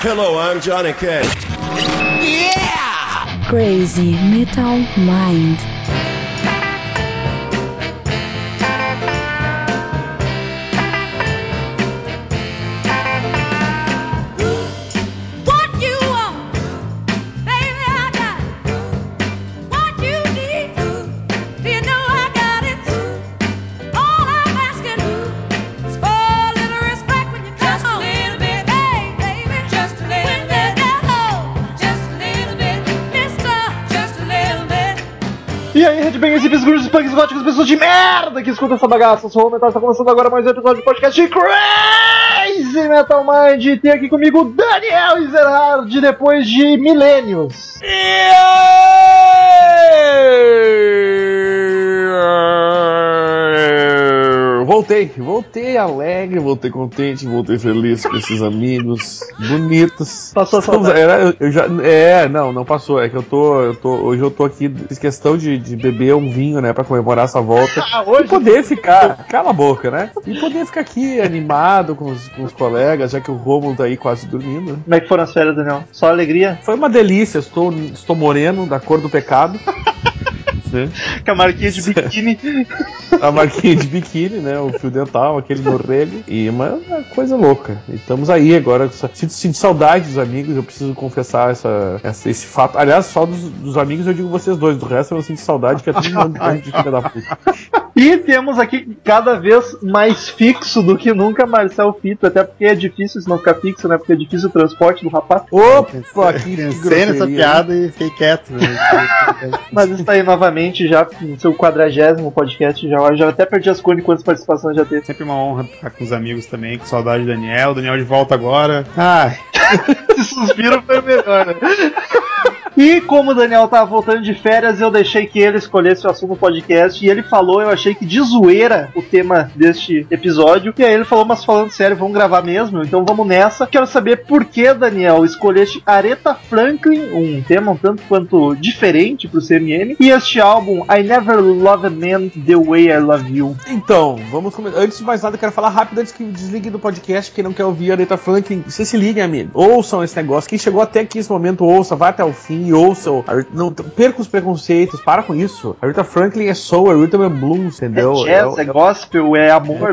Hello, I'm Johnny Cash. Yeah! Crazy Metal Mind. E aí, headbangers, hippies, grunges, punks, góticos, pessoas de merda que escutam essa bagaça. Eu sou o Metal, está começando agora mais um episódio de podcast Crazy Metal Mind. E tem aqui comigo Daniel Ezerhard, depois de milênios. Voltei alegre, voltei contente, voltei feliz com esses amigos bonitos. Passou a saudade. Não passou, é que hoje eu tô aqui, fiz questão de beber um vinho, né, pra comemorar essa volta. Hoje? E poder ficar, cala a boca, né, e poder ficar aqui animado com os colegas, já que o Rômulo tá aí quase dormindo. Como é que foram as férias, Daniel? Só alegria? Foi uma delícia, estou moreno, da cor do pecado. Com a marquinha de biquíni. A marquinha de biquíni, né? O fio dental, aquele morrelho. E uma coisa louca. E estamos aí agora. Sinto saudade dos amigos, eu preciso confessar esse fato. Aliás, só dos amigos eu digo vocês dois. Do resto eu não sinto saudade, que é tudo um bando de filha da puta. E temos aqui cada vez mais fixo do que nunca Marcel Fito, até porque é difícil se não ficar fixo, né? Porque é difícil o transporte do rapaz. Opa, que pensei nessa piada e fiquei quieto. Né? Mas está aí novamente já no seu 40º podcast, já até perdi as contas de quantas participações já teve. Sempre uma honra estar com os amigos também, com saudade do Daniel. O Daniel de volta agora. Ai, esse suspiro foi melhor, né? E como o Daniel tava voltando de férias, eu deixei que ele escolhesse o assunto do podcast. E ele falou, eu achei que de zoeira o tema deste episódio. E aí ele falou, mas falando sério, vamos gravar mesmo? Então vamos nessa. Quero saber por que, Daniel, escolheste Aretha Franklin, um tema um tanto quanto diferente pro CMM, e este álbum, I Never Loved a Man The Way I Love You. Então, vamos começar. Antes de mais nada, eu quero falar rápido antes que desliguem do podcast. Quem não quer ouvir Aretha Franklin, vocês se liguem, amigo. Ouçam esse negócio. Quem chegou até aqui nesse momento, ouça, vá até o fim. E ouçam, não perca os preconceitos, para com isso. A Aretha Franklin é soul, a Rhythm and Blues, entendeu? É jazz, é gospel, é amor.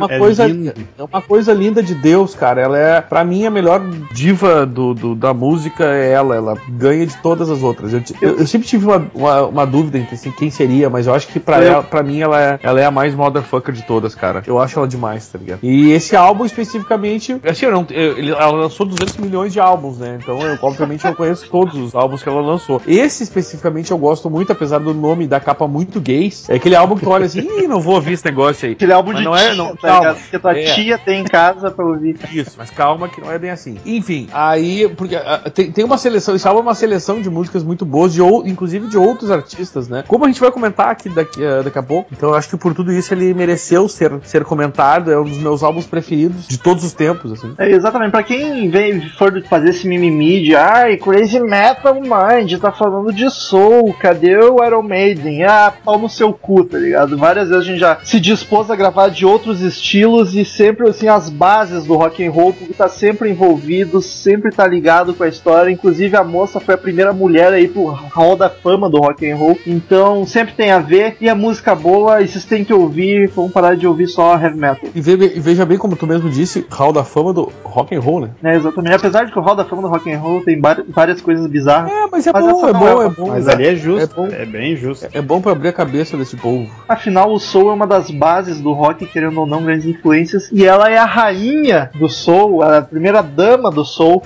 É uma coisa linda de Deus, cara. Ela é, pra mim, a melhor diva da música é ela ganha de todas as outras. Eu sempre tive uma dúvida entre assim, quem seria, mas eu acho que pra mim ela é a mais motherfucker de todas, cara. Eu acho ela demais, tá ligado? E esse álbum especificamente, assim, ela lançou 200 milhões de álbuns, né? Então, obviamente, eu conheço todos os álbuns que ela lançou. Esse especificamente eu gosto muito, apesar do nome da capa muito gays. É aquele álbum que tu olha assim, não vou ouvir esse negócio aí. Aquele álbum mas de não tia, é, não, calma, que tua tia tem em casa pra ouvir. Isso, mas calma que não é bem assim. Enfim, aí, porque tem uma seleção, esse álbum é uma seleção de músicas muito boas, inclusive de outros artistas, né? Como a gente vai comentar aqui daqui a pouco, então eu acho que por tudo isso ele mereceu ser comentado, é um dos meus álbuns preferidos de todos os tempos, assim. É, exatamente, pra quem for fazer esse mimimi de Crazy Metal Mind, tá falando de soul, cadê o Iron Maiden? Pau no seu cu, tá ligado? Várias vezes a gente já se dispôs a gravar de outros estilos e sempre, assim, as bases do rock and roll, porque tá sempre envolvido, sempre tá ligado com a história, inclusive a moça foi a primeira mulher aí pro Hall da Fama do rock and roll, então sempre tem a ver, e a música boa, e vocês têm que ouvir, vamos parar de ouvir só heavy metal. E veja bem, como tu mesmo disse, Hall da Fama do rock and roll, né? É, exatamente, apesar de que o Hall da Fama do rock and roll tem várias coisas bizarras. Mas é bom. Mas ali é justo, é bem justo. É bom pra abrir a cabeça desse povo. Afinal, o soul é uma das bases do rock, querendo ou não, grandes influências, e ela é a rainha do soul, a primeira dama do soul.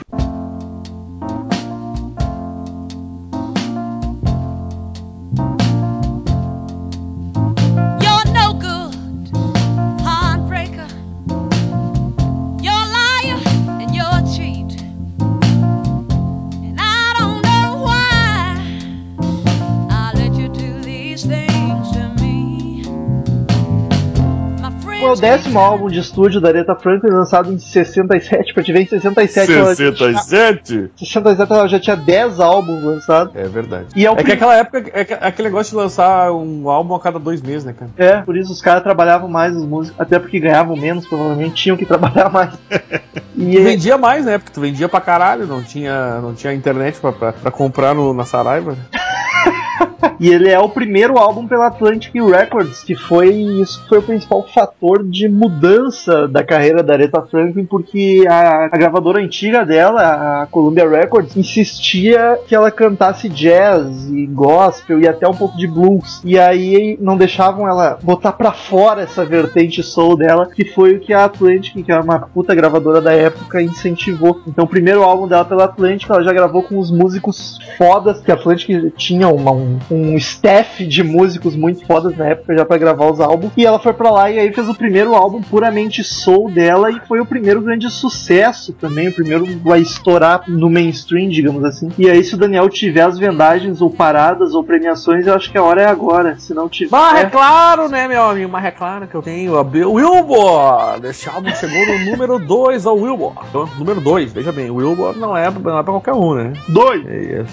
É o 10º álbum de estúdio da Aretha Franklin, lançado em 67, pra te ver em 67. 67? 67 ela já tinha 10 álbuns lançados. É verdade. E que aquela época, aquele negócio de lançar um álbum a cada 2 meses, né, cara? É, por isso os caras trabalhavam mais os músicos, até porque ganhavam menos, provavelmente tinham que trabalhar mais. E tu vendia mais, né? Porque tu vendia pra caralho, não tinha internet pra comprar na Saraiva. E ele é o primeiro álbum pela Atlantic Records, que isso foi o principal fator de mudança da carreira da Aretha Franklin, porque a gravadora antiga dela, a Columbia Records, insistia que ela cantasse jazz e gospel e até um pouco de blues. E aí não deixavam ela botar pra fora essa vertente soul dela, que foi o que a Atlantic, que é uma puta gravadora da época, incentivou. Então o primeiro álbum dela pela Atlantic, ela já gravou com os músicos fodas, que a Atlantic tinha um staff de músicos muito fodas na época já pra gravar os álbuns, e ela foi pra lá e aí fez o primeiro álbum puramente soul dela, e foi o primeiro grande sucesso também, o primeiro a estourar no mainstream, digamos assim. E aí, se o Daniel tiver as vendagens ou paradas ou premiações, eu acho que a hora é agora. Se não tiver... Mas é claro, né, meu amigo? Mas é claro que eu tenho o Billboard. Esse álbum chegou no número 2 ao Billboard. Então, número 2, veja bem, o Billboard não é pra qualquer um, né? 2!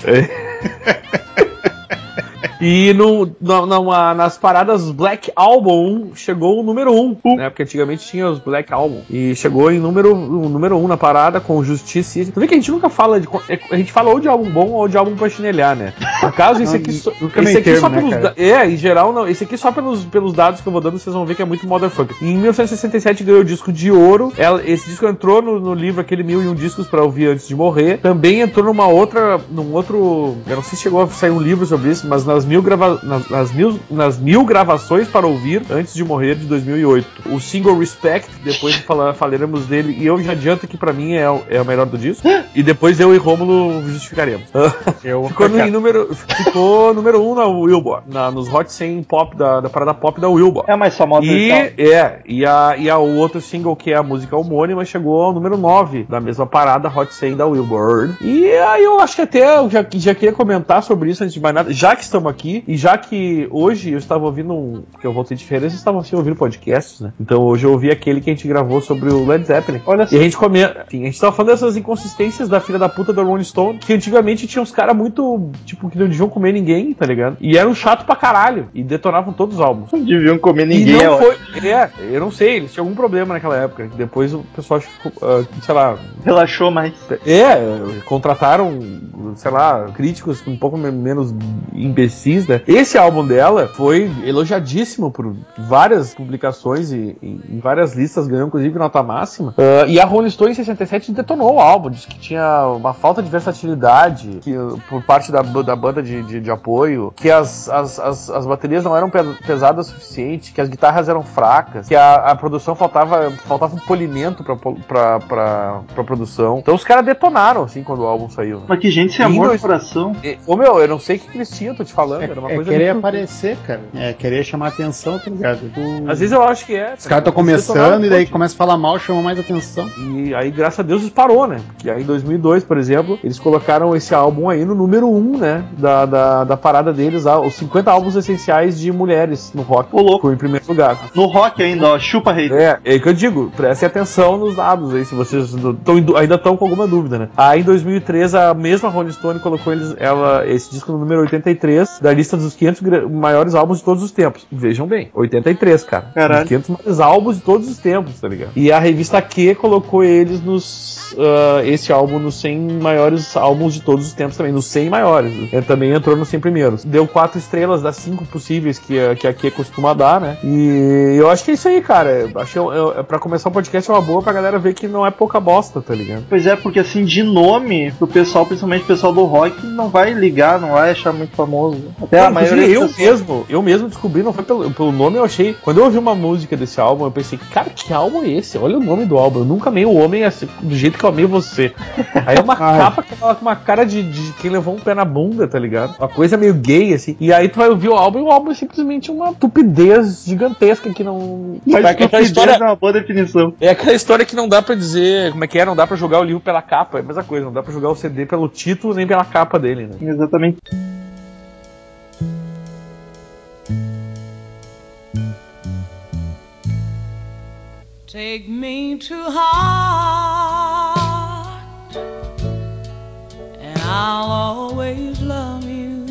E nas paradas Black Album chegou o número 1, né? Porque antigamente tinha os Black Album. E chegou em número 1 na parada com Justiça. Tu vê que a gente nunca fala de. A gente fala ou de álbum bom ou de álbum pra chinelhar, né? No caso, esse aqui só pelos. Em geral, não. Esse aqui só pelos dados que eu vou dando, vocês vão ver que é muito motherfucker. Em 1967 ganhou o disco de ouro. Esse disco entrou no livro aquele 1001 discos pra ouvir antes de morrer. Também entrou num outro. Eu não sei se chegou a sair um livro sobre isso, mas nas mil gravações para ouvir antes de morrer de 2008. O single Respect, depois falaremos dele, e eu já adianto que pra mim é o melhor do disco, e depois eu e Rômulo justificaremos. Ficou número 1 na Billboard, nos Hot 100 pop da parada pop da Billboard. É mais famosa. E o outro single, que é a música homônima, chegou ao número 9 da mesma parada Hot 100 da Billboard. E aí eu acho que até eu já queria comentar sobre isso antes de mais nada, já que estamos aqui, e já que hoje eu estava ouvindo porque eu voltei de férias, eu estava ouvindo podcasts, né? Então hoje eu ouvi aquele que a gente gravou sobre o Led Zeppelin. Olha só. E a gente estava falando dessas inconsistências da filha da puta da Rolling Stone, que antigamente tinha uns caras muito, tipo, que não deviam comer ninguém, tá ligado? E eram chato pra caralho, e detonavam todos os álbuns. Não deviam comer ninguém, e não foi. Eu não sei, eles tinham algum problema naquela época. Depois o pessoal ficou, sei lá, relaxou mais. Contrataram, sei lá, críticos um pouco menos imbecis, né? Esse álbum dela foi elogiadíssimo por várias publicações e em várias listas, ganhou inclusive nota máxima. E a Rolling Stone em 67 detonou o álbum, disse que tinha uma falta de versatilidade por parte da banda de apoio, que as baterias não eram pesadas o suficiente, que as guitarras eram fracas, que a produção faltava um polimento pra produção. Então os caras detonaram, assim, quando o álbum saiu. Mas que gente sem amor no coração. Eu não sei o que eles tinham, tô te falando. Era uma coisa querer aparecer, cara. Querer chamar atenção, tá ligado? Às vezes eu acho que é. Os caras estão começando e daí começa a falar mal, chama mais atenção. E aí, graças a Deus, disparou, né? Porque aí em 2002, por exemplo, eles colocaram esse álbum aí no número 1, né? Da parada deles, os 50 álbuns essenciais de mulheres no rock. Ô, louco. Foi em primeiro lugar. No rock ainda, ó, chupa rei. É que eu digo, prestem atenção nos dados aí, se vocês ainda estão com alguma dúvida, né? Aí em 2003, a mesma Rolling Stone colocou esse disco no número 83 da lista dos 500 maiores álbuns de todos os tempos. Vejam bem, 83, cara. Caralho. Os 500 maiores álbuns de todos os tempos, tá ligado? E a revista Q colocou eles esse álbum nos 100 maiores álbuns de todos os tempos também, nos 100 maiores. Ele também entrou nos 100 primeiros. Deu 4 estrelas das 5 possíveis que a Q costuma dar, né? E eu acho que é isso aí, cara. Acho que pra começar o podcast é uma boa pra galera ver que não é pouca bosta, tá ligado? Pois é, porque assim, de nome, pro pessoal, principalmente o pessoal do rock, não vai ligar, não vai achar muito famoso. Até a maioria eu mesmo descobri, não foi pelo nome, eu achei. Quando eu ouvi uma música desse álbum, eu pensei, cara, que álbum é esse? Olha o nome do álbum. Eu nunca amei o homem assim, do jeito que eu amei você. Aí é uma capa que é uma cara de quem levou um pé na bunda, tá ligado? Uma coisa meio gay, assim. E aí tu vai ouvir o álbum e o álbum é simplesmente uma tupidez gigantesca que não. Mas tupidez é uma boa definição. É aquela história que não dá pra dizer como é que é, não dá pra jogar o livro pela capa. É a mesma coisa, não dá pra jogar o CD pelo título nem pela capa dele, né? Exatamente. Take me to heart, and I'll always love you,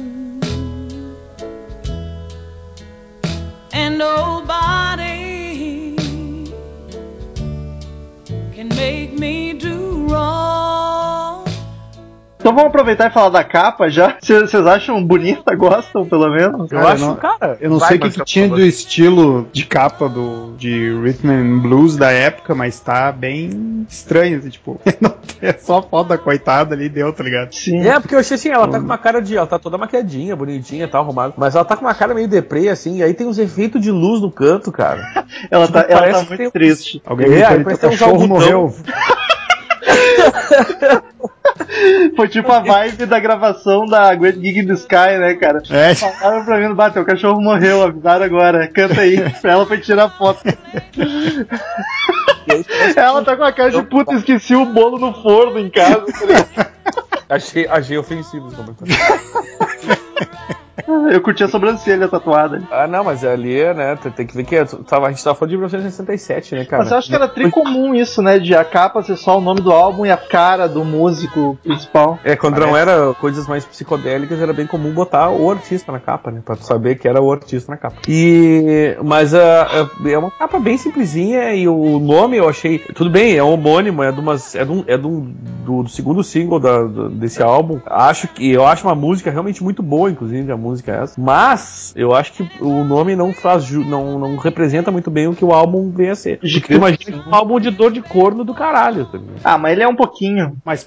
and nobody can make me do Então vamos aproveitar e falar da capa já. Vocês acham bonita? Gostam, pelo menos? Eu acho, cara. Eu não sei o que tinha do estilo de capa de Rhythm and Blues da época, mas tá bem estranho, assim, tipo, é só foto da coitada ali, deu, tá ligado? Sim. É, porque eu achei assim, ela tá com uma cara ela tá toda maquiadinha, bonitinha, tá arrumada, mas ela tá com uma cara meio deprê, assim, e aí tem uns efeitos de luz no canto, cara. ela tipo, tá muito triste. Alguém me aí parece parece que o cachorro morreu. Foi tipo a vibe da gravação da Great Gig in the Sky, né, cara? É. Falaram pra mim, teu cachorro morreu, avisaram agora, canta aí. Ela foi tirar foto. Ela tá com a cara de puta, esqueci o bolo no forno em casa. Achei ofensivo esse comentário. Eu curti a sobrancelha tatuada. Ah, não, mas ali, né, tem que ver que a gente tava falando de 1967, né, cara? Mas eu acho que era tricomum isso, né? De a capa ser só o nome do álbum e a cara do músico principal. É, quando não era coisas mais psicodélicas, era bem comum botar o artista na capa, né? Pra tu saber que era o artista na capa. Mas é uma capa bem simplesinha e o nome eu achei... Tudo bem, é homônimo, do segundo single desse álbum. Eu acho uma música realmente muito boa, inclusive, a música é essa. Mas eu acho que o nome não representa muito bem o que o álbum vem a ser. Porque imagina que é um álbum de dor de corno do caralho também. Ah, mas ele é um pouquinho. Mas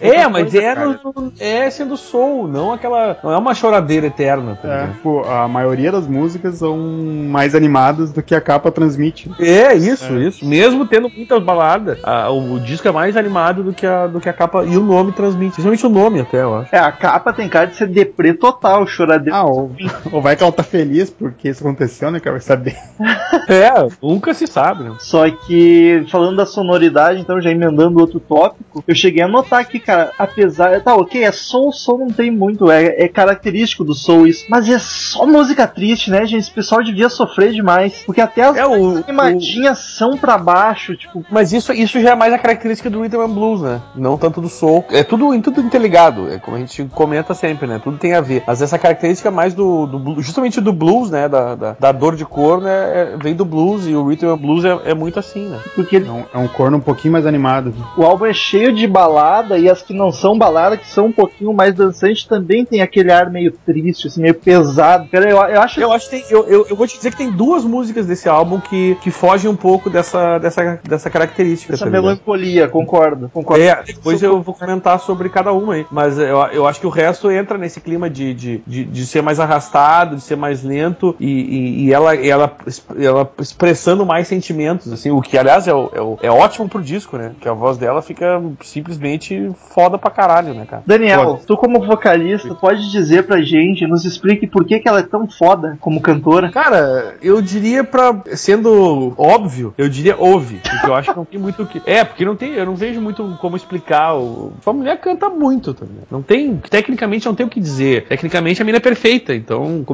sendo soul, não é uma choradeira eterna. Tá pô, a maioria das músicas são mais animadas do que a capa transmite. Isso. Mesmo tendo muitas baladas, o disco é mais animado do que a capa e o nome transmite. Principalmente o nome até, eu acho. A capa tem cara de ser deprê total, choradeira. Ou vai que ela tá feliz porque isso aconteceu, né, cara? Vai saber. Nunca se sabe, né? Só que, falando da sonoridade, então, já emendando outro tópico, eu cheguei a notar aqui, cara, apesar... Tá, ok, é soul não tem muito, é característico do soul isso, mas é só música triste, né, gente? Esse pessoal devia sofrer demais, porque até as animadinhas são pra baixo, tipo... Mas isso já é mais a característica do Rhythm and Blues, né? Não tanto do soul. É tudo interligado, é como a gente comenta sempre, né? Tudo tem a ver. Mas essa característica mais justamente do blues, né? Da dor de corno vem do blues, e o Rhythm and Blues é muito assim, né? Porque é um corno um pouquinho mais animado. O álbum é cheio de balada, e as que não são balada, que são um pouquinho mais dançantes, também tem aquele ar meio triste, assim, meio pesado. Cara, eu acho que eu vou te dizer que tem duas músicas desse álbum que fogem um pouco dessa característica. Essa melancolia, concordo. Depois eu vou comentar sobre cada uma aí. Mas eu acho que o resto entra nesse clima de ser mais arrastado, de ser mais lento, e ela expressando mais sentimentos, assim, o que, aliás, é ótimo pro disco, né? Que a voz dela fica simplesmente foda pra caralho, né, cara? Daniel, tu como vocalista, pode dizer pra gente, nos explique por que ela é tão foda como cantora? Cara, eu diria sendo óbvio, eu diria ouve, porque eu acho que não tem muito o que... porque eu não vejo muito como explicar. A mulher canta muito também. Tecnicamente não tem o que dizer. Tecnicamente a mina é perfeita, então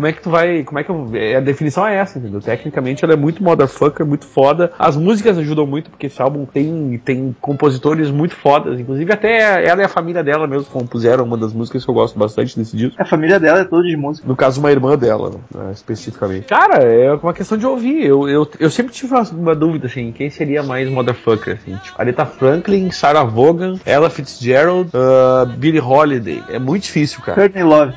a definição é essa, entendeu? Tecnicamente ela é muito motherfucker, muito foda. As músicas ajudam muito, porque esse álbum tem compositores muito fodas, inclusive até ela e a família dela mesmo compuseram uma das músicas que eu gosto bastante desse disco. A família dela é toda de música. No caso, uma irmã dela, né, especificamente. Cara, é uma questão de ouvir. Eu sempre tive uma dúvida, assim, quem seria mais motherfucker, assim, tipo, Aretha Franklin, Sarah Vaughan, Ella Fitzgerald, Billie Holiday. É muito difícil, cara. Courtney Love.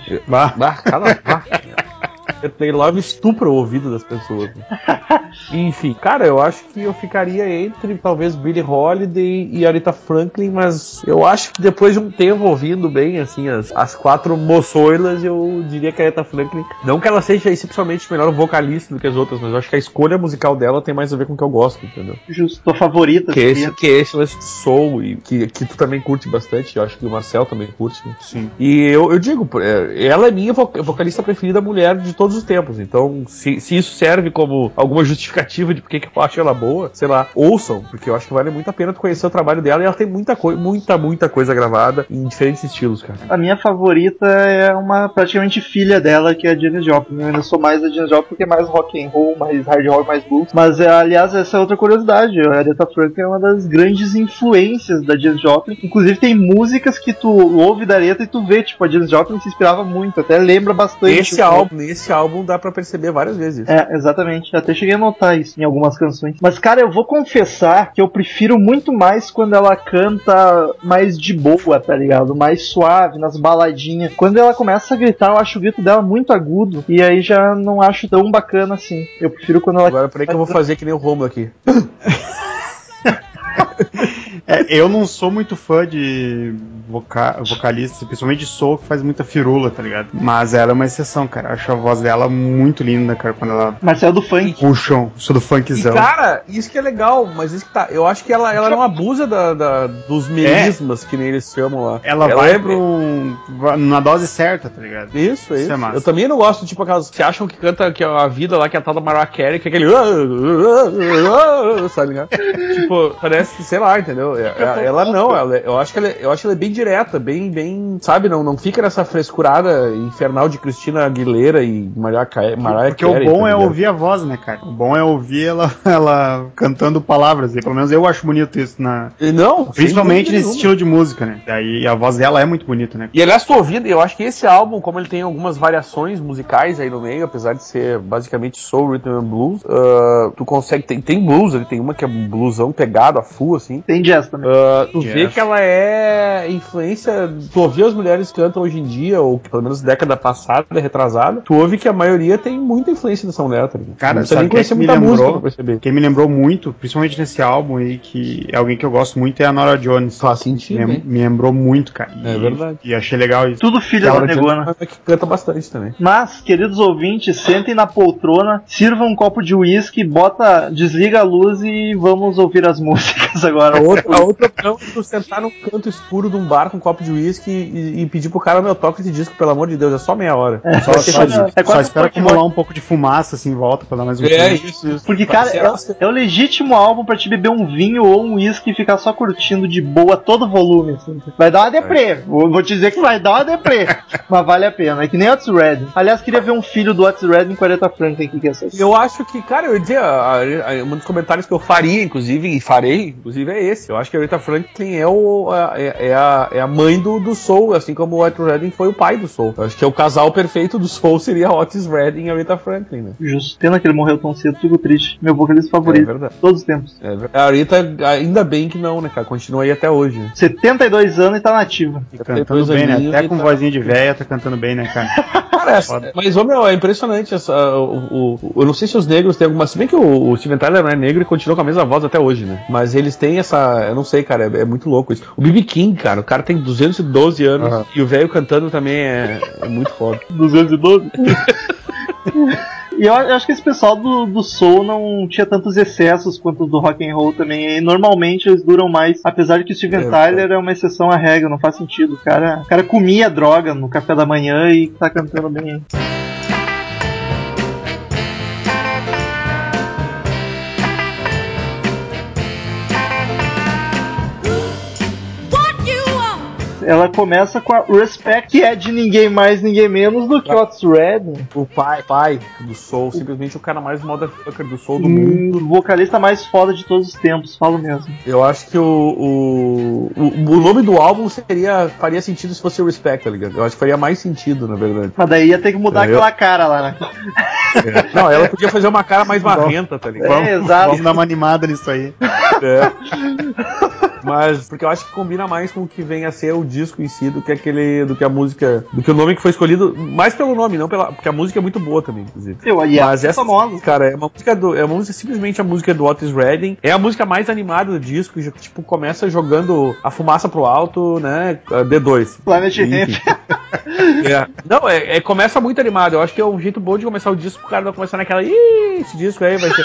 Courtney Love estupra o ouvido das pessoas. Né? Enfim, cara, eu acho que eu ficaria entre talvez Billie Holiday e Aretha Franklin, mas eu acho que depois de um tempo ouvindo bem, assim, as quatro moçoilas, eu diria que a Aretha Franklin, não que ela seja excepcionalmente melhor vocalista do que as outras, mas eu acho que a escolha musical dela tem mais a ver com o que eu gosto, entendeu? Justo, tua favorita. Que é esse lance de soul, e que tu também curte bastante, eu acho que o Marcel também curte. Né? Sim. E eu digo, ela é minha vocalista preferida mulher de todos os tempos, então se isso serve como alguma justificativa de por que eu acho ela boa, sei lá, ouçam, porque eu acho que vale muito a pena tu conhecer o trabalho dela, e ela tem muita coisa gravada em diferentes estilos, cara. A minha favorita é uma praticamente filha dela, que é a Janis Joplin. Eu ainda sou mais a Janis Joplin porque é mais rock and roll, mais hard rock, mais blues, mas aliás, essa é outra curiosidade, a Aretha Franklin é uma das grandes influências da Janis Joplin, inclusive tem músicas que tu ouve da Aretha e tu vê, tipo, a Janis Joplin se inspirava muito, até lembra bastante. Nesse álbum álbum dá pra perceber várias vezes isso. É, exatamente. Eu até cheguei a notar isso em algumas canções. Mas, cara, eu vou confessar que eu prefiro muito mais quando ela canta mais de boa, tá ligado? Mais suave, nas baladinhas. Quando ela começa a gritar, eu acho o grito dela muito agudo. E aí já não acho tão bacana assim. Eu prefiro quando ela... Agora peraí que eu vou fazer que nem o Romulo aqui. Eu não sou muito fã de vocalista, principalmente de soul, que faz muita firula, tá ligado? Mas ela é uma exceção, cara. Eu acho a voz dela muito linda, cara, quando ela Marcelo do funk. puxam, sou do funkzão. E, cara, isso que é legal, mas isso que tá. Eu acho que ela não abusa dos melismas, que nem eles chamam lá. Ela vai na dose certa, tá ligado? Isso É massa. Eu também não gosto, tipo, aquelas que acham que canta que a vida lá, que é a tal da Mariah Carey, que é aquele. Sabe, né? Tipo, parece que, sei lá, entendeu? Ela não, eu acho que ela é bem direta, bem, sabe, não fica nessa frescurada infernal de Christina Aguilera e Mariah Carey. Porque o bom é ouvir a voz, né, cara? O bom é ouvir ela cantando palavras, e pelo menos eu acho bonito isso principalmente nesse estilo de música, né? Daí a voz dela é muito bonita, né? E aliás, tu ouvindo, eu acho que esse álbum, como ele tem algumas variações musicais aí no meio, apesar de ser basicamente soul, rhythm and blues, tu consegue, tem blues, ele tem uma que é um bluesão pegado a full, assim. Tem jazz também. Tu vê que ela é influência. Tu ouve as mulheres que cantam hoje em dia, ou que pelo menos década passada, retrasada, tu ouve que a maioria tem muita influência dessa mulher, tá ligado? Cara, não precisa sabe nem conhecer muita música pra perceber. Quem me lembrou muito, principalmente nesse álbum aí, que é alguém que eu gosto muito, é a Nora Jones. Faz sentido, me lembrou muito, cara. É verdade. E achei legal isso. Tudo filha da negona. Que canta bastante também. Mas, queridos ouvintes, sentem na poltrona, sirvam um copo de uísque, desliga a luz e vamos ouvir as músicas agora. A outra opção é tu sentar num canto escuro de um bar com um copo de uísque e pedir pro cara, meu, toca esse disco, pelo amor de Deus, é só meia hora. Só espera acumular um pouco de fumaça assim em volta pra dar mais um isso. Porque, cara, é o legítimo álbum pra te beber um vinho ou um uísque e ficar só curtindo de boa todo volume. Assim. Vai dar uma deprê. Vou te dizer que vai dar uma deprê. Mas vale a pena. É que nem Otis Redding. Aliás, queria ver um filho do Otis Redding com a Aretha Franklin. Que é essa? Eu acho que, cara, eu ia dizer, um dos comentários que eu faria, inclusive, é esse. Eu acho que a Aretha Franklin é a mãe do soul, assim como o Otis Redding foi o pai do soul. Eu acho que o casal perfeito do soul seria Otis Redding e a Aretha Franklin, né? Justo. Pena que ele morreu tão cedo, fico triste. Meu vocalista favorito. É verdade. Todos os tempos. A Aretha, ainda bem que não, né, cara? Continua aí até hoje. Né? 72 anos e tá nativa. Tá cantando bem, né? Até com vozinha de véia tá cantando bem, né, cara? Mas, meu, é impressionante eu não sei se os negros têm alguma... Se bem que o Steven Tyler não é negro e continua com a mesma voz até hoje, né? Mas eles têm essa... Eu não sei, cara, é muito louco isso. O B.B. King, cara, o cara tem 212 anos e o velho cantando também é muito foda. 212? E eu acho que esse pessoal do soul não tinha tantos excessos quanto os do rock and roll também. E normalmente eles duram mais, apesar de que o Steven Tyler é uma exceção à regra, não faz sentido. O cara comia droga no café da manhã e tá cantando bem. Ela começa com a Respect, que é de ninguém mais, ninguém menos do que Otis Redding. O pai do soul, simplesmente o cara mais motherfucker do soul do mundo. O vocalista mais foda de todos os tempos, falo mesmo. Eu acho que o nome do álbum faria sentido se fosse Respect, tá ligado? Eu acho que faria mais sentido, na verdade. Mas daí ia ter que mudar aquela cara lá, né? Não, ela podia fazer uma cara mais marrenta, tá ligado? Exato. Vamos dar uma animada nisso aí. Mas, porque eu acho que combina mais com o que vem a ser o disco em si do que a música, do que o nome que foi escolhido, mais pelo nome, não porque a música é muito boa também, inclusive. Mas essa famosa, cara, é uma música simplesmente a música do Otis Redding, é a música mais animada do disco, tipo, começa jogando a fumaça pro alto, né, D2. Planet Ramp. Não, começa muito animado, eu acho que é um jeito bom de começar o disco, o cara vai começar naquela, esse disco aí vai ser...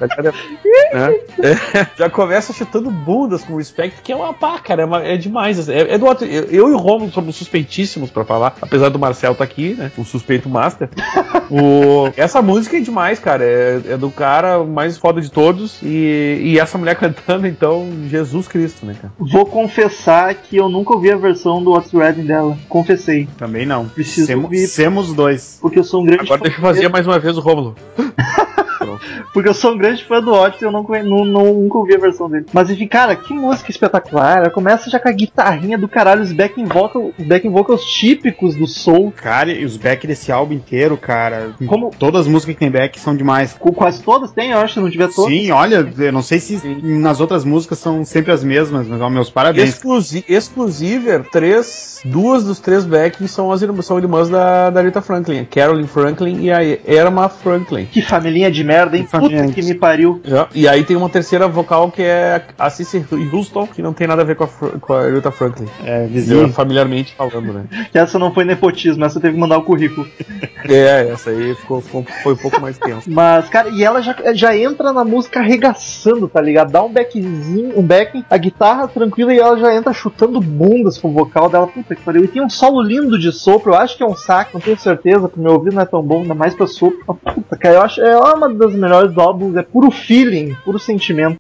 Já começa chutando bundas com Respect, que é uma pá, cara, é demais. É do outro. Eu e o Romulo somos suspeitíssimos pra falar, apesar do Marcel tá aqui, né? O suspeito master. Essa música é demais, cara. É do cara mais foda de todos. E essa mulher cantando, então, Jesus Cristo, né, cara? Vou confessar que eu nunca ouvi a versão do Otis Redding dela. Confessei. Também não. Preciso ouvir. Semos dois. Porque eu sou um grande... Agora deixa eu fazer mais uma vez o Romulo. não. Porque eu sou um grande fã do Otis e eu nunca ouvi a versão dele. Mas enfim, cara, que música espetacular. Ela começa já com a guitarrinha do caralho, os backing vocals típicos do soul. Cara, e os back desse álbum inteiro, cara. Como? Todas as músicas que tem back são demais. Quase todas tem, eu acho, se não tiver todas. Sim, olha, eu não sei se nas outras músicas são sempre as mesmas, mas ó, meus parabéns. Exclusive, duas dos 3 backings são irmãs da Rita Franklin, a Carolyn Franklin e a Irma Franklin. Que família de merda, hein? Puta que me pariu. E aí tem uma terceira vocal que é a Cissy Houston, que não tem nada a ver com a Rita Franklin. É, visível. Familiarmente falando, né? Que essa não foi nepotismo, essa teve que mandar o currículo. Essa aí foi um pouco mais tenso. Mas, cara, e ela já entra na música arregaçando, tá ligado? Dá um backzinho, a guitarra tranquila e ela já entra chutando bundas com o vocal dela. Puta que pariu. E tem um solo lindo de sopro, eu acho que é um saco, não tenho certeza, porque meu ouvido não é tão bom, ainda mais pra sopro. Mas, puta, cara, eu acho é uma das melhores do álbum, é puro feeling, puro sentimento.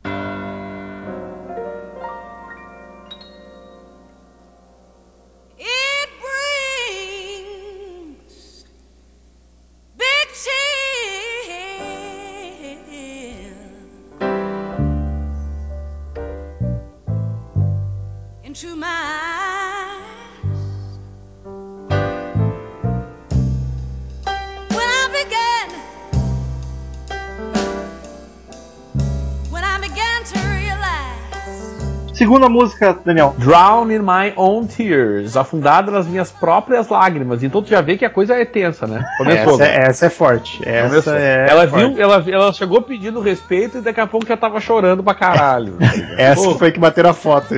it brings big chill into my eyes when I began to realize. Segunda música, Daniel. Drown in My Own Tears, afundada nas minhas próprias lágrimas. Então tu já vê que a coisa é tensa, né? Começou. Essa é forte. Essa é ela forte. viu, ela chegou pedindo respeito e daqui a pouco já tava chorando pra caralho. Essa foi que bateram a foto.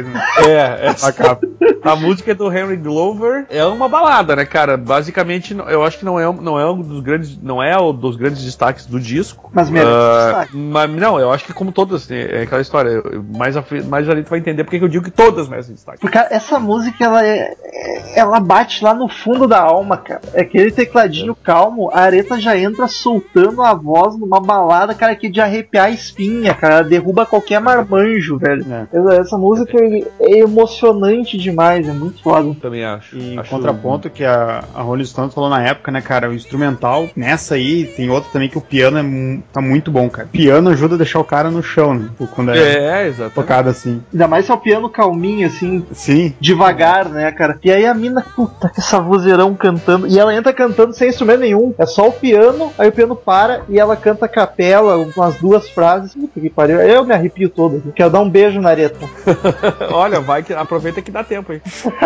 A música é do Henry Glover. É uma balada, né, cara? Basicamente, eu acho que não é um dos grandes, não é um dos grandes destaques do disco. Mas merece destaque. Mas não, eu acho que como todas, é aquela história. Mais ali tu vai entender porque que eu digo que todas merecem destaque. Porque essa música, ela bate lá no fundo da alma, cara. É aquele tecladinho calmo, a Aretha já entra soltando a voz numa balada, cara, que de arrepiar a espinha, cara. Ela derruba qualquer marmanjo, velho. Essa música é emocionante demais, é muito foda. Também acho. E em contraponto que a Rolling Stone falou na época, né, cara, o instrumental, nessa aí, tem outra também que o piano tá muito bom, cara. O piano ajuda a deixar o cara no chão, né? Quando exatamente. Tocado assim. Ainda mais se é o piano calminho, assim. Sim. Devagar, né, cara? E aí a mina, puta, que essa vozeirão cantando. E ela entra cantando sem instrumento nenhum. É só o piano, aí o piano para e ela canta a capela, umas 2 frases. Puta que pariu. Aí eu me arrepio todo. Quero dar um beijo na Aretha. Olha, aproveita que dá tempo aí.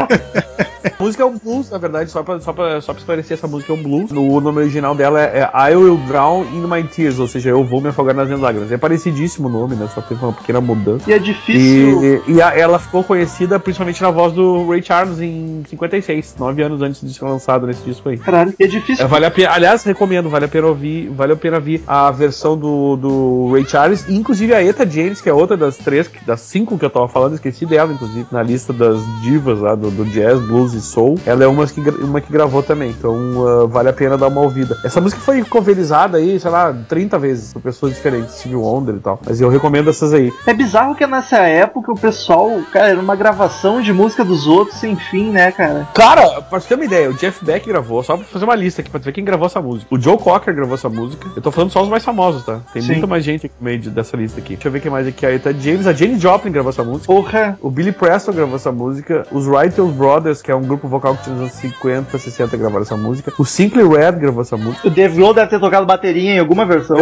A música é um blues, na verdade, só pra esclarecer, essa música é um blues. O nome original dela é I Will Drown in My Tears, ou seja, eu vou me afogar nas minhas lágrimas. É parecidíssimo o nome, né? Só teve uma pequena mudança. E é difícil. Ela ficou conhecida principalmente na voz do Ray Charles em 56, 9 anos antes de ser lançado nesse disco aí. Caralho, é difícil. Vale a pena, aliás, recomendo, vale a pena ouvir a versão do Ray Charles, e inclusive a Etta James, que é outra das 5 que eu tava falando, esqueci dela, inclusive, na lista das divas lá do jazz, blues e soul. Ela é uma que gravou também, então vale a pena dar uma ouvida. Essa música foi coverizada aí, sei lá, 30 vezes por pessoas diferentes, Stevie Wonder e tal, mas eu recomendo essas aí. É bizarro que nessa época o pessoal, cara, era uma gravação de música dos outros sem fim, né, cara? Cara, pra você ter uma ideia, o Jeff Beck gravou, só pra fazer uma lista aqui pra ver quem gravou essa música. O Joe Cocker gravou essa música. Eu tô falando só os mais famosos, tá? Tem muita mais gente aqui no meio dessa lista aqui. Deixa eu ver quem mais aqui. A Etta James, a Jane Joplin gravou essa música. Porra! O Billy Preston gravou essa música. Os Wrights Brothers, que é um grupo vocal que tinha nos anos 50, 60, gravaram essa música. O Simply Red gravou essa música. O Dave Grohl deve ter tocado bateria em alguma versão.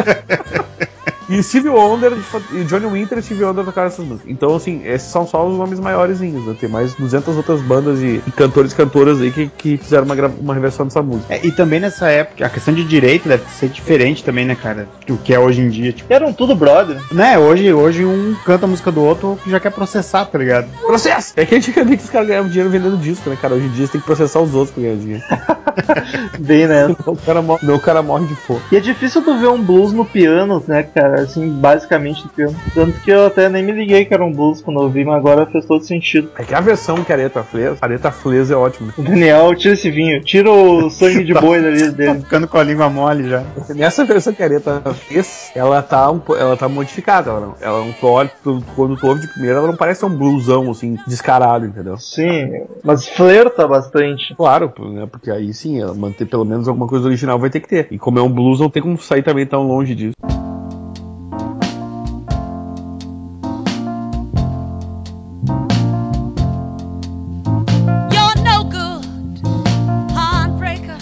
E Stevie Wonder e Johnny Winter e Stevie Wonder tocaram essas músicas. Então, assim, esses são só os nomes maiorzinhos, né? Tem mais 200 outras bandas e cantores e cantoras aí que fizeram uma reversão dessa música. E também nessa época, a questão de direito deve ser diferente também, né, cara? Do que é hoje em dia. Tipo, eram tudo brother. Né, hoje um canta a música do outro que já quer processar, tá ligado? Processo! É que antigamente os caras ganhavam dinheiro vendendo disco, né, cara? Hoje em dia você tem que processar os outros pra ganhar dinheiro. Bem, né? O cara morre de fome. E é difícil tu ver um blues no piano, né, cara? cara, assim, basicamente do piano. Tanto que eu até nem me liguei que era um blues quando eu ouvi, mas agora fez todo sentido. É que a versão que a Aretha fez é ótima. Daniel, tira esse vinho, tira o sangue de boi dali Tá dele. ficando com a língua mole já. Nessa versão que a Aretha fez, ela tá modificada. Ela não quando tu ouve de primeira, ela não parece um bluesão, assim, descarado, entendeu? Sim, mas flerta bastante. Claro, né, porque aí sim, ela manter pelo menos alguma coisa original vai ter que ter. E como é um blues, não tem como sair também tão longe disso. You're no good, heartbreaker.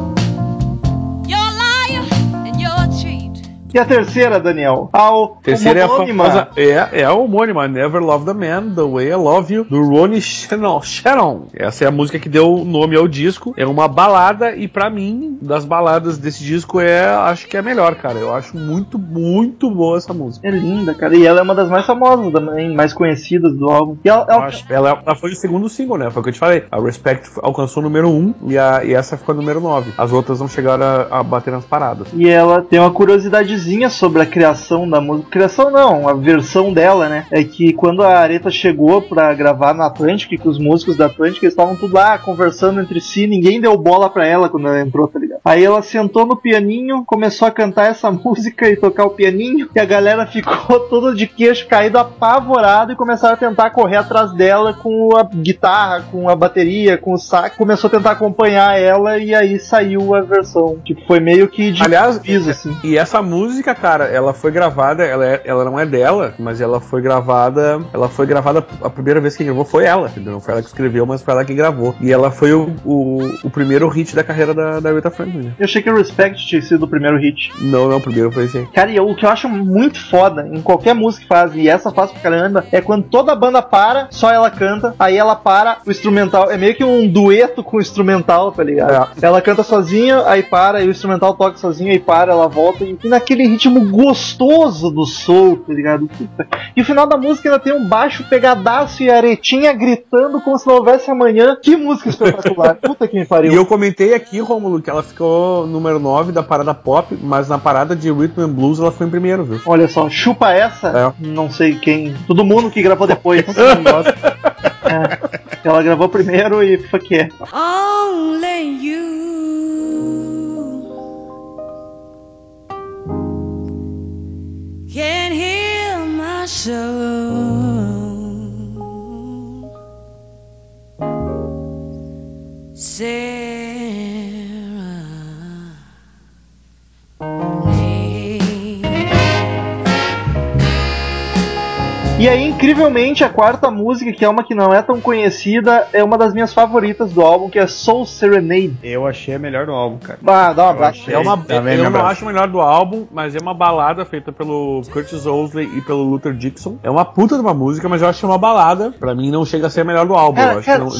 You're a liar and you're a cheat. E a terceira, Daniel? Terceira é a homônima. famosa. É a homônima, Never Love the Man, The Way I Love You, do Ronnie Shannon. Essa é a música que deu nome ao disco. É uma balada, e pra mim, das baladas desse disco, acho que é a melhor, cara. Eu acho muito, muito boa essa música. É linda, cara. E ela é uma das mais famosas também, mais conhecidas do álbum. E Ela foi o segundo single, né? Foi o que eu te falei. A Respect alcançou o número 1 e essa ficou o número 9. As outras não chegaram a bater nas paradas. E ela tem uma curiosidadezinha sobre a criação da música. Criação não, a versão dela, né? É que quando a Aretha chegou pra gravar na Atlantic, com os músicos da Atlantic, eles estavam tudo lá conversando entre si, ninguém deu bola pra ela quando ela entrou, tá ligado? Aí ela sentou no pianinho, começou a cantar essa música e tocar o pianinho, e a galera ficou toda de queixo caído, apavorado, e começaram a tentar correr atrás dela com a guitarra, com a bateria, com o sax. Começou a tentar acompanhar ela, e aí saiu a versão. Tipo, foi meio que de piso, assim. E essa música, cara, ela foi gravada, ela não é dela, mas ela foi gravada, a primeira vez que gravou foi ela, entendeu? Não foi ela que escreveu, mas foi ela que gravou. E ela foi o primeiro hit da carreira da Aretha Franklin, né? Eu achei que o Respect tinha sido o primeiro hit. Não, o primeiro foi esse aí. Cara, e o que eu acho muito foda em qualquer música que faz, e essa faz pra caramba, é quando toda a banda para, só ela canta, aí ela para, o instrumental, é meio que um dueto com o instrumental, tá ligado? Ela canta sozinha, aí para, e o instrumental toca sozinho, aí para, ela volta, e naquele ritmo gostoso do soul, tá ligado? E o final da música ainda tem um baixo pegadaço e a Aretinha gritando como se não houvesse amanhã. Que música espetacular. Puta que me pariu. E eu comentei aqui, Rômulo, que ela ficou número 9 da parada pop, mas na parada de Rhythm and Blues ela foi em primeiro, viu? Olha só, chupa essa, não sei quem. Todo mundo que gravou depois. Ela gravou primeiro e fuck yeah. Only you can heal my soul. E aí, incrivelmente, a quarta música, que é uma que não é tão conhecida, é uma das minhas favoritas do álbum, que é Soul Serenade. Eu achei a melhor do álbum, cara. Ah, dá um abraço. Eu não acho a melhor do álbum, mas é uma balada feita pelo Curtis Owsley e pelo Luther Dixon. É uma puta de uma música, mas eu acho que é uma balada. Pra mim não chega a ser a melhor do álbum. Cara, eu acho que não,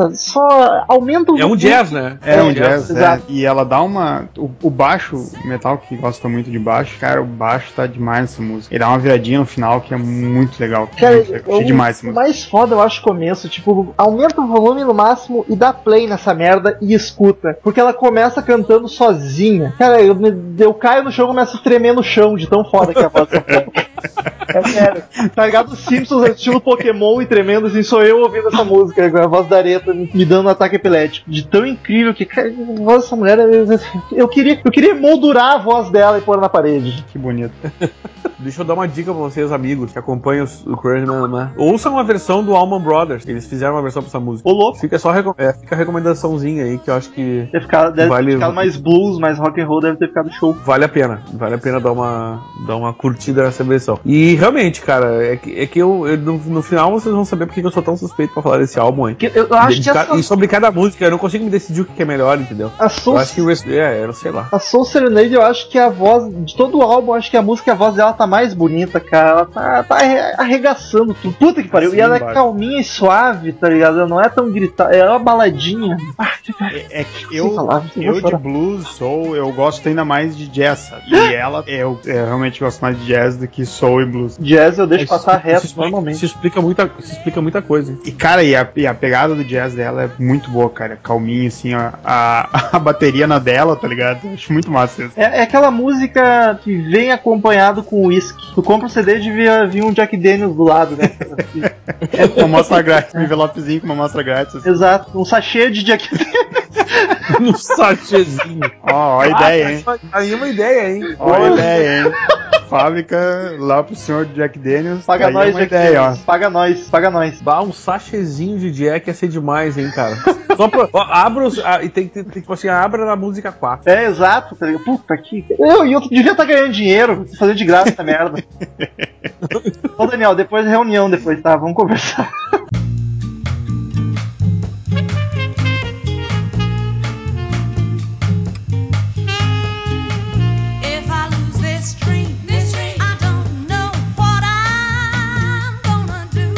só aumenta o É um jazz, né? É um jazz, exato. E ela dá uma... O baixo, metal que gosta muito de baixo, cara, o baixo tá demais nessa música. Ele dá uma viradinha no final que é muito legal. Cara, Achei demais essa o música. mais foda eu acho o começo, tipo, aumenta o volume no máximo e dá play nessa merda e escuta. Porque ela começa cantando sozinha. Cara, eu caio no chão e começo a tremer no chão de tão foda que é a voz dessa mulher. É sério. Tá ligado? Os Simpsons estilo Pokémon e tremendo assim, sou eu ouvindo essa música, com a voz da Aretha me dando um ataque epilético. De tão incrível que, cara, a voz dessa mulher, eu queria moldurar a voz dela e pôr na parede. Que bonito. Deixa eu dar uma dica pra vocês, amigos, que acompanham o Crazy Man. Ouçam uma versão do Allman Brothers. Eles fizeram uma versão pra essa música. Ô, louco. Fica a recomendaçãozinha aí, que eu acho que Deve ter ficado mais blues, mais rock and roll, deve ter ficado show. vale a pena. Vale a pena dar uma curtida nessa versão. E realmente, cara, é que eu no final vocês vão saber porque eu sou tão suspeito pra falar desse álbum aí. Eu acho que E sobre cada música, eu não consigo me decidir o que é melhor, entendeu? A Soul, Eu acho que eu sei lá. a Soul Serenade, eu acho que a voz de todo o álbum, acho que a música, a voz dela tá mais bonita, cara. Ela tá arregaçando tudo. Puta que pariu. Sim, e ela é embaixo. calminha e suave, tá ligado? Ela não é tão gritada, é uma baladinha. É que Sem eu falar, eu vou de chorar. blues, soul, eu gosto ainda mais de jazz, sabe? E ela, eu realmente gosto mais de jazz do que soul e blues. Jazz eu deixo passar reto Isso normalmente. explica muita coisa. E, cara, e a pegada do jazz dela é muito boa, cara. Calminha, assim, a bateria na dela, tá ligado? Eu acho muito massa isso. É aquela música que vem acompanhado com o uísque. Tu compra o CD e devia vir um Jack Daniels do lado, né? Uma amostra grátis, um envelopezinho com uma amostra grátis. Assim. Exato, um sachê de Jack Daniels. No sachêzinho. Ó a ideia, hein? Aí uma ideia, hein? Ó a ideia, hein? Fábrica lá pro senhor Jack Daniels. Paga aí nós, é uma Jack ideia, Daniels. Paga nós, paga nós. Bah, um sachêzinho de Jack ia ser demais, hein, cara? Só pra. Ó, abra os. E tem que, tipo assim, abra na música 4. É, exato, tá ligado? Puta que. Eu devia estar ganhando dinheiro, fazer de graça essa merda. Ô, Daniel, depois reunião, depois, tá? Vamos conversar. If I lose this dream, I don't know what I'm gonna do.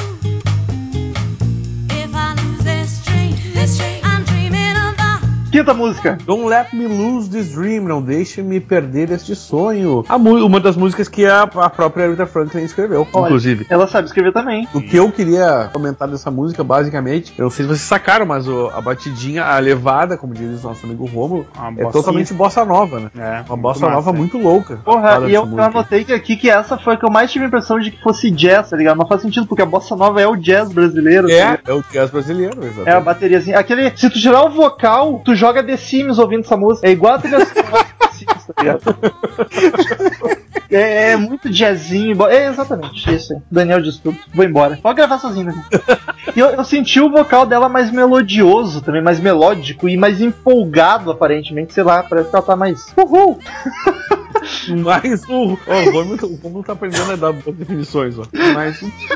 If I lose this dream, I'm dreaming of the Quinta música. Don't Let Me Lose This Dream, não deixe-me perder este sonho. Uma das músicas que a própria Aretha Franklin escreveu, Olha, inclusive. ela sabe escrever também. O que eu queria comentar dessa música, basicamente, eu não sei se vocês sacaram, mas a batidinha, a levada, como diz o nosso amigo Rômulo, é totalmente bossa nova, né? É, Uma bossa nova muito louca. Porra, e eu anotei aqui que essa foi a que eu mais tive a impressão de que fosse jazz, tá ligado? Não faz sentido, porque a bossa nova é o jazz brasileiro. É o jazz brasileiro, exatamente. É a bateriazinha. Aquele, se tu tirar o vocal, tu joga The Sims ouvindo essa música. É igual a trilha sonora do The Sims, tá ligado? É muito jazzinho. É exatamente isso aí. Daniel diz tudo. Vou embora. Pode gravar sozinho, né? E eu senti o vocal dela mais melodioso também, mais melódico e mais empolgado, aparentemente. Sei lá, parece que ela tá mais. Uhul! Mais o Romulo tá aprendendo a dar boas definições, ó. Mais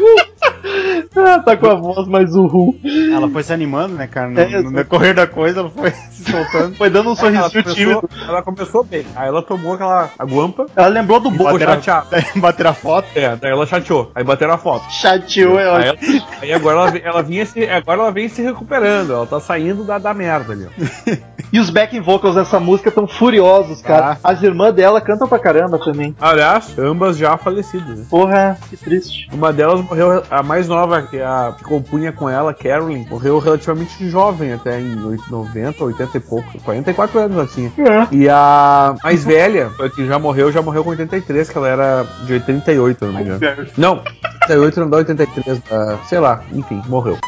Tá com a voz mais uhul. Ela foi se animando, né, cara? No decorrer da coisa, ela foi se soltando. Foi dando um sorrisinho tímido. Ela começou bem. Aí ela tomou aquela guampa. Ela lembrou do Bobo. Chateado. Bater a foto. Daí ela chateou. Aí bateram a foto. Chateou, ela. Aí agora ela vem se recuperando. Ela tá saindo da merda ali, ó. E os backing vocals dessa música tão furiosos, cara. As irmãs dela cantam pra caramba também. Aliás, ambas já falecidas, né? Porra, que triste. Uma delas morreu, a mais nova, que compunha com ela, Carolyn, morreu relativamente jovem, até em 90, 80 e pouco. 44 anos ela tinha. E a mais velha, que já morreu com 83, que ela era de 88, não me engano. Não, 88 não dá 83, sei lá, enfim, morreu.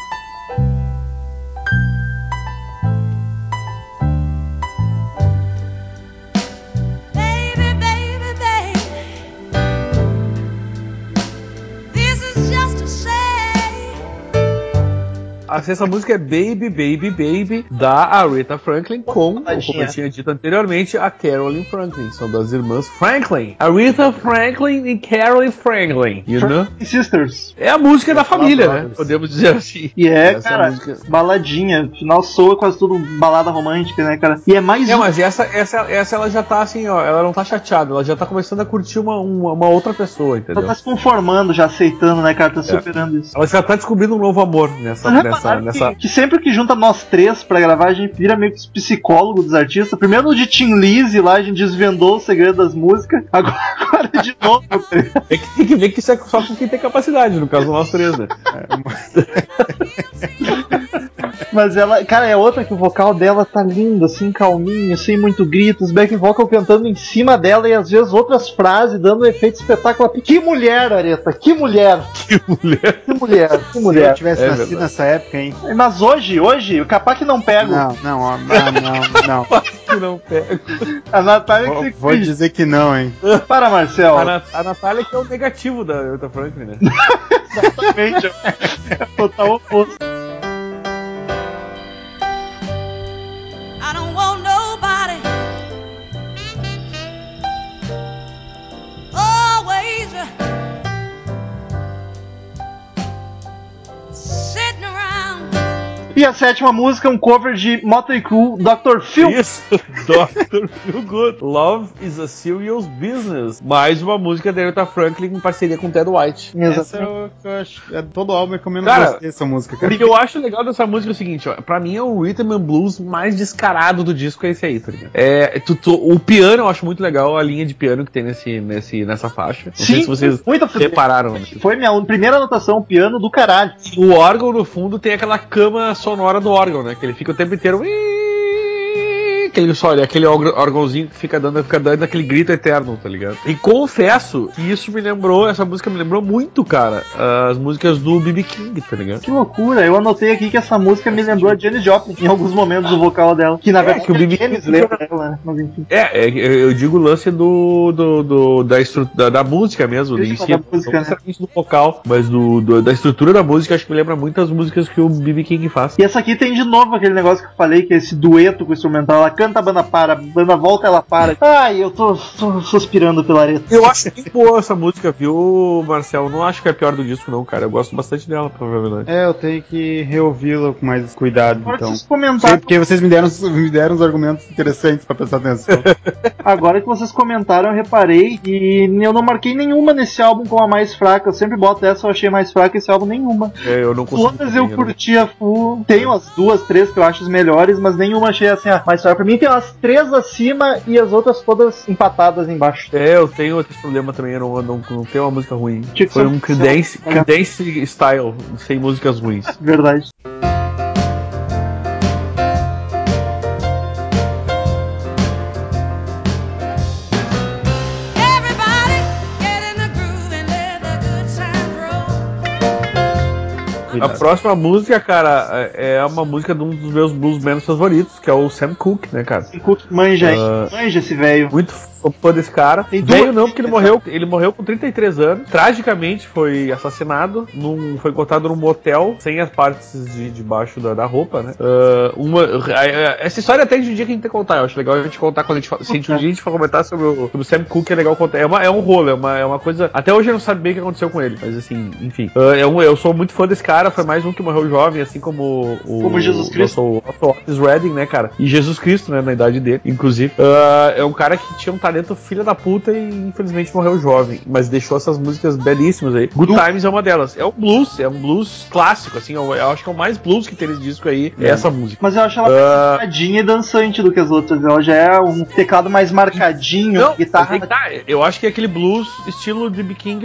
Essa música é Baby, Baby, Baby, da Aretha Franklin com, como eu tinha dito anteriormente, a Carolyn Franklin. São das irmãs Franklin. Aretha Franklin e Carolyn Franklin. You know? Sisters. É a música da família, né? Podemos dizer assim. E cara, música... baladinha. Final soa quase tudo balada romântica, né, cara? E é mais mas essa ela já tá assim, ó. Ela não tá chateada. Ela já tá começando a curtir uma outra pessoa, entendeu? Ela tá se conformando, já aceitando, né, cara? Tá superando isso. Ela já tá descobrindo um novo amor nessa que sempre que junta nós três pra gravar, a gente vira meio que os psicólogos dos artistas. Primeiro no de Tim Lizzy lá, a gente desvendou o segredo das músicas. Agora de novo. Tem que ver que isso é só com quem tem capacidade, no caso nós três, né? Mas ela, cara, é outra que o vocal dela tá lindo, assim, calminho, sem muito grito, os back vocal cantando em cima dela e às vezes outras frases dando um efeito espetacular. Que mulher, Aretha, que mulher! Que mulher! Que mulher, que mulher! Se eu tivesse nascido nessa época, hein? Mas hoje, capaz que não pego. Não. Que não pego. A Natália que vou dizer que não, hein? Para, Marcel. A Natália que é o negativo da Aretha Franklin, né? Exatamente. É total oposto. I don't want nobody always sitting around. E a sétima música é um cover de Motley Crue, Dr. Phil. Isso, Dr. Phil Good. Love is a Serious Business. Mais uma música da Aretha Franklin em parceria com Ted White. Essa eu acho. Todo álbum que eu menos gostei dessa música, cara. O que eu acho legal dessa música é o seguinte, ó. Pra mim é o rhythm and blues mais descarado do disco, é esse aí, tá ligado? O piano eu acho muito legal, a linha de piano que tem nessa faixa. Não sei se vocês repararam. Né? Foi minha primeira anotação, o piano do caralho. O órgão no fundo tem aquela cama sonora do órgão, né? Que ele fica o tempo inteiro... aquele órgãozinho que fica dando aquele grito eterno, tá ligado? E confesso que essa música me lembrou muito, cara, as músicas do B.B. King, tá ligado? Que loucura, eu anotei aqui que essa música me lembrou a Janis Joplin em alguns momentos do vocal dela. Que na verdade que o B.B. Janis lembra ela, né? Mas enfim. Eu digo o lance da música mesmo, em si, Da música, não necessariamente do vocal, mas da estrutura da música, acho que me lembra muito as músicas que o B.B. King faz. E essa aqui tem de novo aquele negócio que eu falei, que é esse dueto com o instrumental. Ela canta, a banda para, a banda volta, ela para. Ai, eu tô suspirando pela areta. Eu acho bem boa essa música, viu, Marcel? Não acho que é a pior do disco, não, cara. Eu gosto bastante dela, provavelmente. Eu tenho que reouvi-la com mais cuidado, Agora então. vocês comentaram. Porque vocês me deram uns argumentos interessantes pra prestar atenção. Agora que vocês comentaram, eu reparei e eu não marquei nenhuma nesse álbum como a mais fraca. Eu sempre boto essa, eu achei mais fraca, esse álbum nenhuma. Eu não consigo. Todas eu curti a full. Tenho as 2, 3 que eu acho as melhores, mas nenhuma achei assim a mais fraca. Pra mim tem umas 3 acima e as outras todas empatadas embaixo. Eu tenho outro problema também, eu não tenho uma música ruim. Tinha que Foi ser um Creedence Style, sem músicas ruins. Verdade. A próxima música, cara, é uma música de um dos meus bluesmen favoritos, que é o Sam Cooke, né, cara? Sam Cooke manja, manja esse velho. Muito fã desse cara. Veio não, porque ele morreu com 33 anos. Tragicamente foi assassinado. Foi encontrado num motel, sem as partes de baixo da roupa, né? Essa história até de um dia que a gente tem que contar. Eu acho legal a gente contar quando se um dia a gente for comentar sobre o Sam Cooke, é legal contar. É um rolo, é uma coisa. Até hoje eu não sabia bem o que aconteceu com ele. Mas assim, enfim. Eu sou muito fã desse cara. Foi mais um que morreu jovem, assim como como Jesus Cristo. O Otis Redding, né, cara? E Jesus Cristo, né, na idade dele, inclusive. É um cara que tinha um talento filha da puta e infelizmente morreu jovem, mas deixou essas músicas belíssimas aí. Good Times é uma delas. É um blues clássico, assim, eu acho que é o mais blues que tem nesse disco aí, é essa música. Mas eu acho ela mais marcadinha e dançante do que as outras. Ela já é um teclado mais marcadinho, não, guitarra. Eu acho que é aquele blues estilo de B. King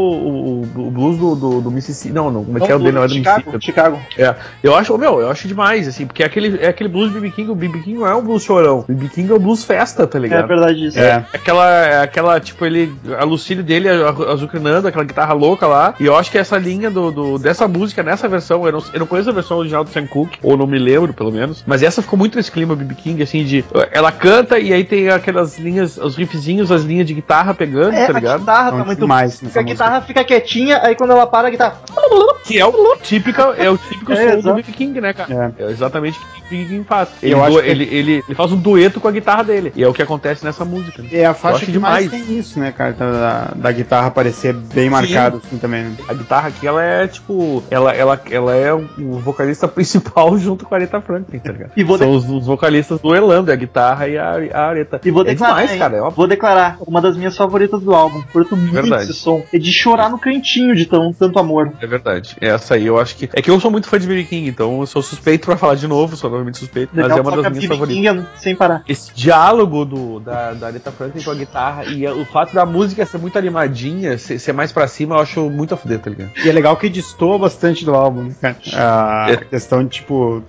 o blues do Mississippi. Não, como é que é o dele? Não é do Mississippi. Chicago. Eu acho demais, assim, porque é aquele blues do B. King. O B. King não é um blues chorão. O B. King é um blues festa, tá ligado? É verdade isso. Aquela, tipo, a Lucille dele azucrinando, aquela guitarra louca lá, e eu acho que essa linha dessa música, nessa versão, eu não conheço a versão original do Sam Cooke, ou não me lembro, pelo menos, mas essa ficou muito nesse clima B.B. King, assim, ela canta e aí tem aquelas linhas, os riffzinhos, as linhas de guitarra pegando, tá ligado? A guitarra tá muito mais. A guitarra fica quietinha, aí quando ela para, a guitarra... Que é o típico som do B.B. King, né, cara? É exatamente o que o B.B. King faz. Ele faz um dueto com a guitarra dele, e é o que acontece nessa música. Né? É a faixa que mais tem isso, né, cara? Da guitarra parecer bem marcado, assim, também. Né? A guitarra aqui, ela é, tipo... Ela é o vocalista principal junto com a Aretha Franklin, tá ligado? São os vocalistas duelando, a guitarra e a Aretha. E vou declarar, demais, cara. Vou declarar, uma das minhas favoritas do álbum. Curto muito esse som. É de chorar no cantinho de tanto amor. É verdade. Essa aí eu acho que... É que eu sou muito fã de B.B. King, então eu sou suspeito pra falar de novo, sou novamente suspeito, mas é uma das minhas favoritas. Sem parar. Esse diálogo da Aretha Franklin com a guitarra e o fato da música ser muito animadinha, ser mais pra cima, eu acho muito a fuder, tá ligado? E é legal que destoa bastante do álbum, né, cara? A questão de, tipo...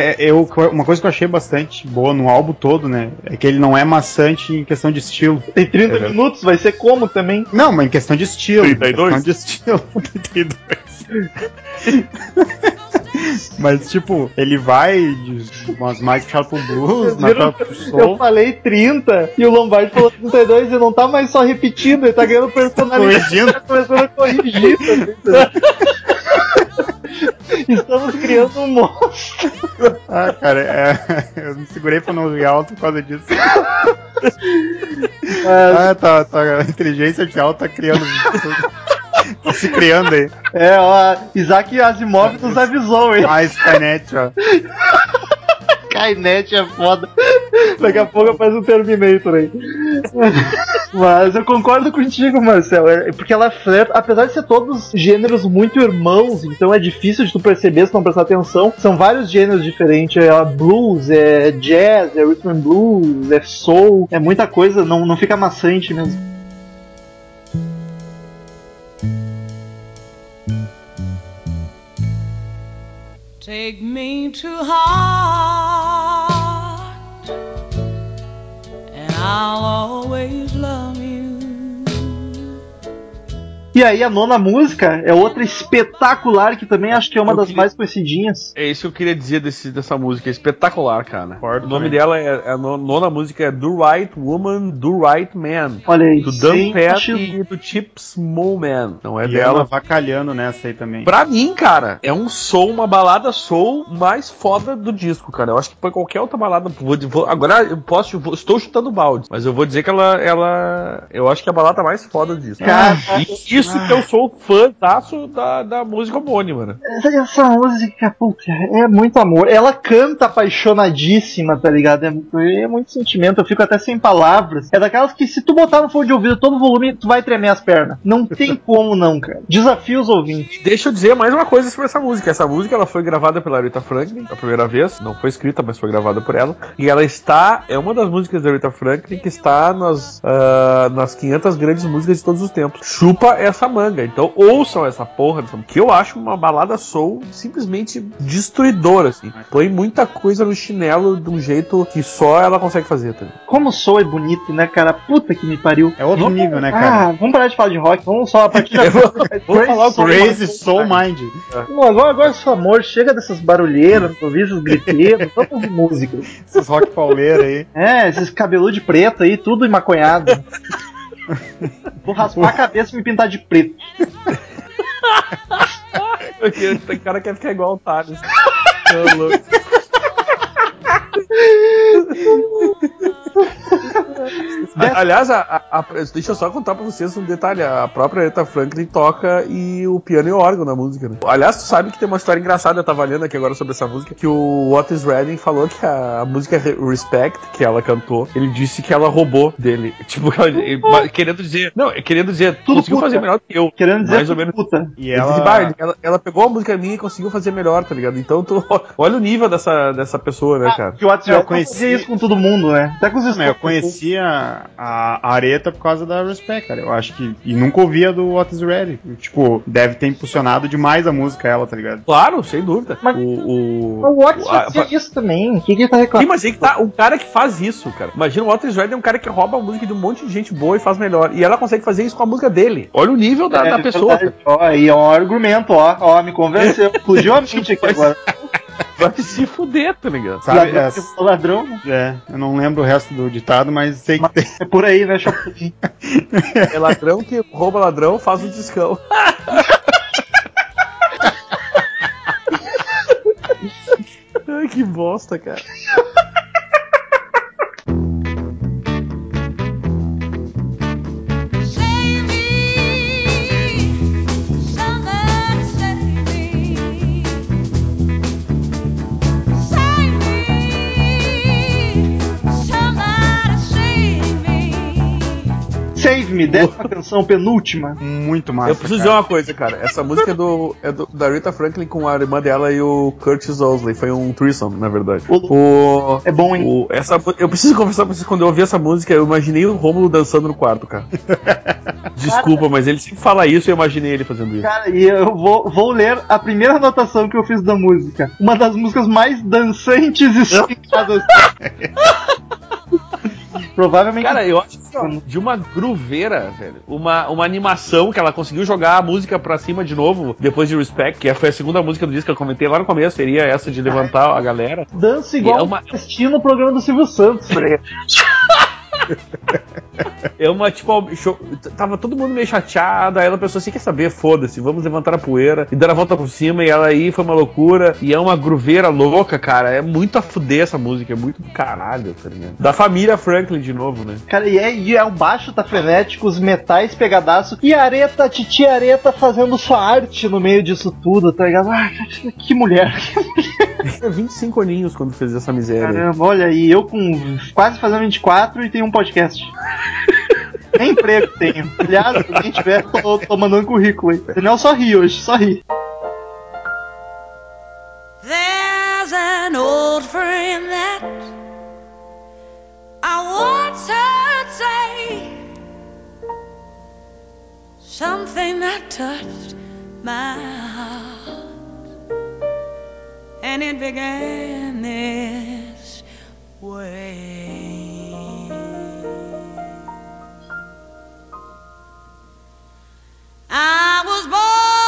uma coisa que eu achei bastante boa no álbum todo, né? É que ele não é maçante em questão de estilo. Tem 30 minutos, vai ser como também? Não, mas em questão de estilo. 32? Em questão de estilo. 32. Mas, tipo, ele vai de umas mais puxadas pro blues, pro soul. Eu falei 30 e o Lombardi falou 32 e não tá mais só repetindo, ele tá ganhando personalidade. Tá começando a corrigir. Estamos criando um monstro. Ah, cara, eu me segurei pra não rir alto por causa disso. A inteligência artificial tá criando. Tá se criando aí. Isaac Asimov nos avisou, hein? Skynet, ó. Skynet é foda. Daqui a pouco faz um Terminator aí. Mas eu concordo contigo, Marcel. Porque ela flerta, apesar de ser todos gêneros muito irmãos, então é difícil de tu perceber se não prestar atenção. São vários gêneros diferentes. É blues, é jazz, é rhythm and blues, é soul. É muita coisa, não fica maçante mesmo. Take me to heart I'll always love you. E aí a nona música é outra espetacular, que também acho que é uma das mais conhecidinhas. É isso que eu queria dizer dessa música, é espetacular, cara. Concordo O nome também. dela a nona música é Do Right Woman, Do Right Man. Olha aí, Do Dan sem Pett machismo. e do Chip Small Man. Não é E dela. ela avacalhando nessa aí também. Pra mim, cara, é um soul, uma balada soul mais foda do disco, cara. Eu acho que pra qualquer outra balada. Agora estou chutando balde, mas eu vou dizer que eu acho que é a balada mais foda do disco. Cara, E isso que eu sou fãzaço da música homônima, né? essa música, puta, é muito amor. Ela canta apaixonadíssima, tá ligado? É muito sentimento, eu fico até sem palavras. É daquelas que se tu botar no fone de ouvido todo volume, tu vai tremer as pernas. Não tem como não, cara. Desafio os ouvintes. Deixa eu dizer mais uma coisa sobre essa música. Essa música ela foi gravada pela Aretha Franklin a primeira vez. Não foi escrita, mas foi gravada por ela. E ela é uma das músicas da Aretha Franklin que está nas 500 grandes músicas de todos os tempos. Chupa essa manga. Então ouçam essa porra, que eu acho uma balada soul simplesmente destruidora, assim. Põe muita coisa no chinelo de um jeito que só ela consegue fazer, tá? Como soul é bonito, né, cara? Puta que me pariu. É outro nível, né, cara? Vamos parar de falar de rock, vamos só a partir da Vamos falar o Crazy Soul Mind. Não, agora só amor, chega dessas barulheiras, ouvir esses griteiros, vamos ouvir música. Esses rock pauleira aí. Esses cabelos de preto aí, tudo emaconhado. Vou raspar a cabeça e me pintar de preto. Tem cara que quer ficar igual o Thales. Tô louco. Aliás, deixa eu só contar pra vocês um detalhe. A própria Aretha Franklin toca o piano e o órgão na música, né? Aliás, tu sabe que tem uma história engraçada, eu tava lendo aqui agora sobre essa música, que o Otis Redding falou que a música Respect, que ela cantou, ele disse que ela roubou dele. Tipo, querendo dizer, Tudo conseguiu puta. fazer melhor que eu. Querendo dizer mais ou menos. puta. E Ele disse, ela pegou a música minha e conseguiu fazer melhor, tá ligado? Então, olha o nível dessa pessoa, né, cara? Que o WhatsApp fazia isso com todo mundo, né? Até com os Eu conhecia a Aretha por causa da Respect, cara. Eu acho que. E nunca ouvia do Otis Redding. Tipo, deve ter impulsionado demais a música, ela, tá ligado? Claro, sem dúvida. Mas o Otis fazia isso também. O que ele tá Sim, reclamando? mas aí que tá, um cara que faz isso, cara. Imagina o Otis Redding é um cara que rouba a música de um monte de gente boa e faz melhor. E ela consegue fazer isso com a música dele. Olha o nível da pessoa. Cara. Ó, aí é um argumento, ó, me convenceu. Explodiu a mente aqui agora. Vai se fuder, tá ligado? Sabe? Ladrão, né? Eu não lembro o resto do ditado, mas sei que tem. É por aí, né, Chapolin? É ladrão que rouba ladrão, faz um discão. Ai, que bosta, cara. Save Me, 10ª canção, penúltima. Muito massa. Eu preciso dizer uma coisa, cara. Essa música é da Aretha Franklin com a irmã dela e o Curtis Owsley. Foi um threesome, na verdade. É bom, hein? Eu preciso conversar com vocês, quando eu ouvi essa música, eu imaginei o Rômulo dançando no quarto, cara. Desculpa, mas ele sempre fala isso e eu imaginei ele fazendo isso. Cara, e eu vou ler a primeira anotação que eu fiz da música. Uma das músicas mais dançantes e explicadas. Provavelmente. Cara, eu acho que de uma grooveira, velho. Uma animação que ela conseguiu jogar a música pra cima de novo, depois de Respect, que foi a segunda música do disco que eu comentei lá no começo, seria essa de levantar a galera. Dança igual assistindo o programa do Silvio Santos, velho. Tava todo mundo meio chateado, aí ela pensou assim, quer saber, foda-se, vamos levantar a poeira, e dar a volta por cima, e ela aí foi uma loucura, e é uma grooveira louca, cara, é muito a fuder essa música, é muito do caralho, tá ligado? Da família Franklin de novo, né? Cara, e o baixo tá frenético, os metais pegadaço, e a Titia Aretha fazendo sua arte no meio disso tudo, tá ligado? Ah, que mulher, Tinha 25 aninhos quando fez essa miséria. Caramba, olha aí, eu com quase fazendo 24 e tenho um podcast. Nem emprego tenho. Aliás, se alguém tiver, tô mandando currículo aí. Daniel só ri hoje, só ri. There's an old friend that I once heard say something that touched my heart, and it began this way.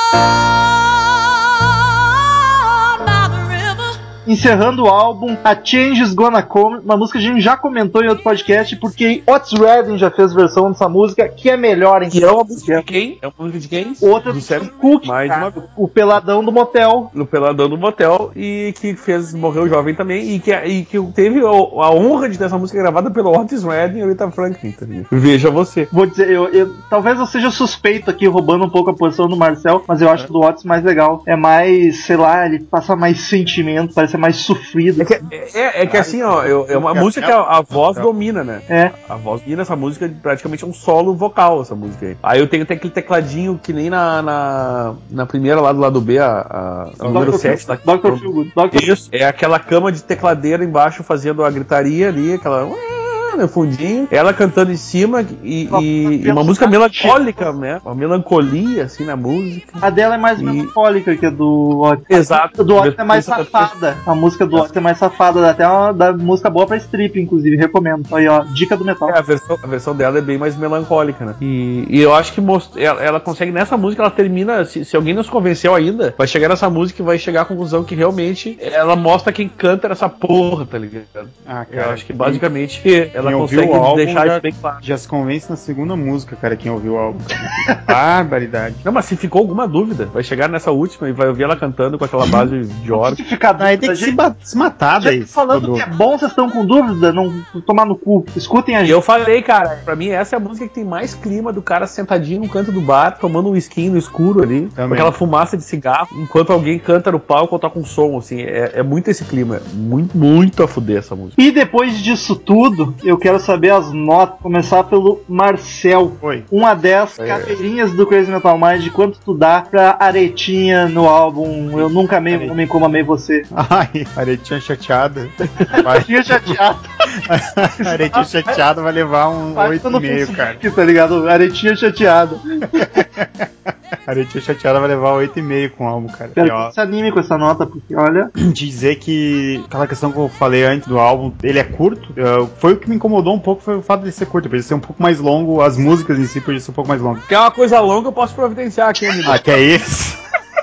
Encerrando o álbum, A Change Is Gonna Come, uma música que a gente já comentou em outro podcast, porque Otis Redding já fez versão dessa música, que é melhor em E é uma música de quem? É uma música de quem? outra do Sam Cooke, mais cara, uma o Peladão do Motel. no Peladão do Motel, e que morreu jovem também, e que teve a honra de ter essa música gravada pelo Otis Redding e Aretha Franklin. Tá? Veja você. Vou dizer, talvez eu seja suspeito aqui, roubando um pouco a posição do Marcel, mas eu acho do Otis mais legal. É mais, sei lá, ele passa mais sentimento, parece mais sofrido. É que assim, ó, é uma música que a voz domina, né? É. A voz domina essa música, praticamente é um solo vocal, essa música aí. Aí eu tenho até aquele tecladinho que nem na primeira lá do lado B, a número 7. Dr. Feelgood. Isso, é aquela cama de tecladeira embaixo fazendo a gritaria ali, aquela... no fundinho, ela cantando em cima e uma música melancólica, né? Uma melancolia, assim, na música. A dela é mais melancólica que a do Otis. Exato. A do Otis é mais safada. A música do Otis é mais safada. Dá até uma música boa pra strip, inclusive. Recomendo. Aí, ó, dica do metal. A versão dela é bem mais melancólica, né? E eu acho que ela consegue, nessa música, ela termina, se alguém não se convenceu ainda, vai chegar nessa música e vai chegar à conclusão que realmente ela mostra quem canta essa porra, tá ligado? Ah, cara, eu acho que basicamente ela quem consegue ouviu o álbum deixar isso bem claro. Já se convence na segunda música, cara, quem ouviu o álbum. Barbaridade. Não, mas se ficou alguma dúvida, vai chegar nessa última e vai ouvir ela cantando com aquela base de órgão. Aí tem que se matar daí. Falando que é bom, vocês estão com dúvida? Não tomar no cu. Escutem a E gente. eu falei, cara, pra mim essa é a música que tem mais clima do cara sentadinho no canto do bar, tomando um whisky no escuro ali, também, com aquela fumaça de cigarro, enquanto alguém canta no palco ou toca um som, assim. É muito esse clima. Muito, muito a fuder essa música. E depois disso tudo, eu quero saber as notas. Começar pelo Marcel. Oi. 1 a 10 caveirinhas do Crazy Metal Mind. Quanto tu dá pra Aretinha no álbum Eu Nunca Amei um Homem Como Amei Você? Ai, Aretinha chateada. Aretinha chateada. Aretinha chateada vai levar um 8,5, cara. Tá ligado? Aretinha chateada. Aretinha chateada vai levar 8,5 com o álbum, cara. Espero que se anime com essa nota, porque olha... Dizer que aquela questão que eu falei antes do álbum, ele é curto, foi o que me incomodou um pouco, foi o fato de ser curto. Podia ser um pouco mais longo, as músicas em si podiam ser um pouco mais longas. Que é uma coisa longa, eu posso providenciar aqui, amigo. Ah, que é isso?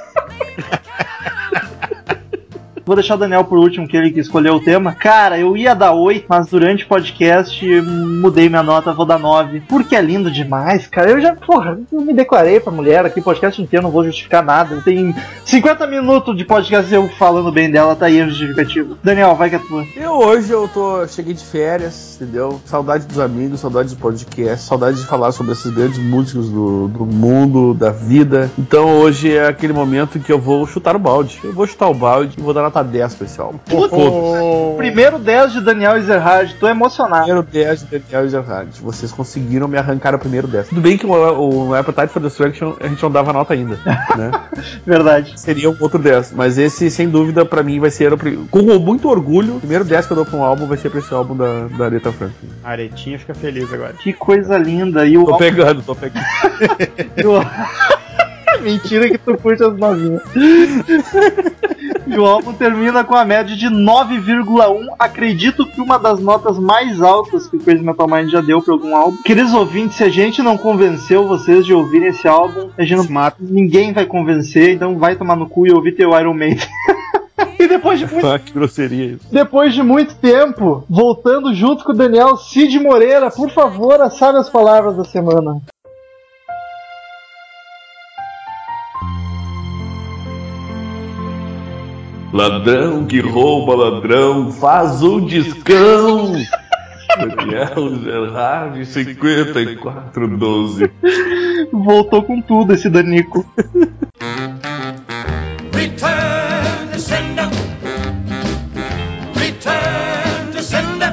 Vou deixar o Daniel por último, que ele que escolheu o tema. Cara, eu ia dar 8, mas durante o podcast mudei minha nota, vou dar 9. Porque é lindo demais, cara. Eu me declarei pra mulher aqui, podcast inteiro, não vou justificar nada. Tem 50 minutos de podcast eu falando bem dela, tá aí a justificativa. Daniel, vai que é tua. Hoje cheguei de férias, entendeu? Saudade dos amigos, saudade do podcast, saudade de falar sobre esses grandes músicos do mundo, da vida. Então hoje é aquele momento que eu vou chutar o balde. Eu vou chutar o balde e vou dar nota 10 pra esse álbum. Primeiro 10 de Daniel Ezerhard, tô emocionado. Primeiro 10 de Daniel Ezerhard. Vocês conseguiram me arrancar o primeiro 10. Tudo bem que o Appetite for Destruction a gente não dava nota ainda, né? Verdade. Seria um outro 10. Mas esse, sem dúvida, pra mim vai ser com muito orgulho, o primeiro 10 que eu dou pra um álbum vai ser pra esse álbum da Aretha Franklin. A Aretinha fica feliz agora. Que coisa linda. E Tô pegando. Mentira que tu curte as novinhas. E o álbum termina com a média de 9,1. Acredito que uma das notas mais altas que o Crazy Metal Mind já deu pra algum álbum. Queridos ouvintes, se a gente não convenceu vocês de ouvirem esse álbum, a gente ninguém vai convencer, então vai tomar no cu e ouvir teu Iron Maiden. E depois de muito... que grosseria isso. Depois de muito tempo, voltando junto com o Daniel, Cid Moreira, por favor, sabe as palavras da semana. Ladrão que rouba ladrão, faz um discão. Daniel Ezerhard 5412. Voltou com tudo esse Danico. Return to sender. Return to sender.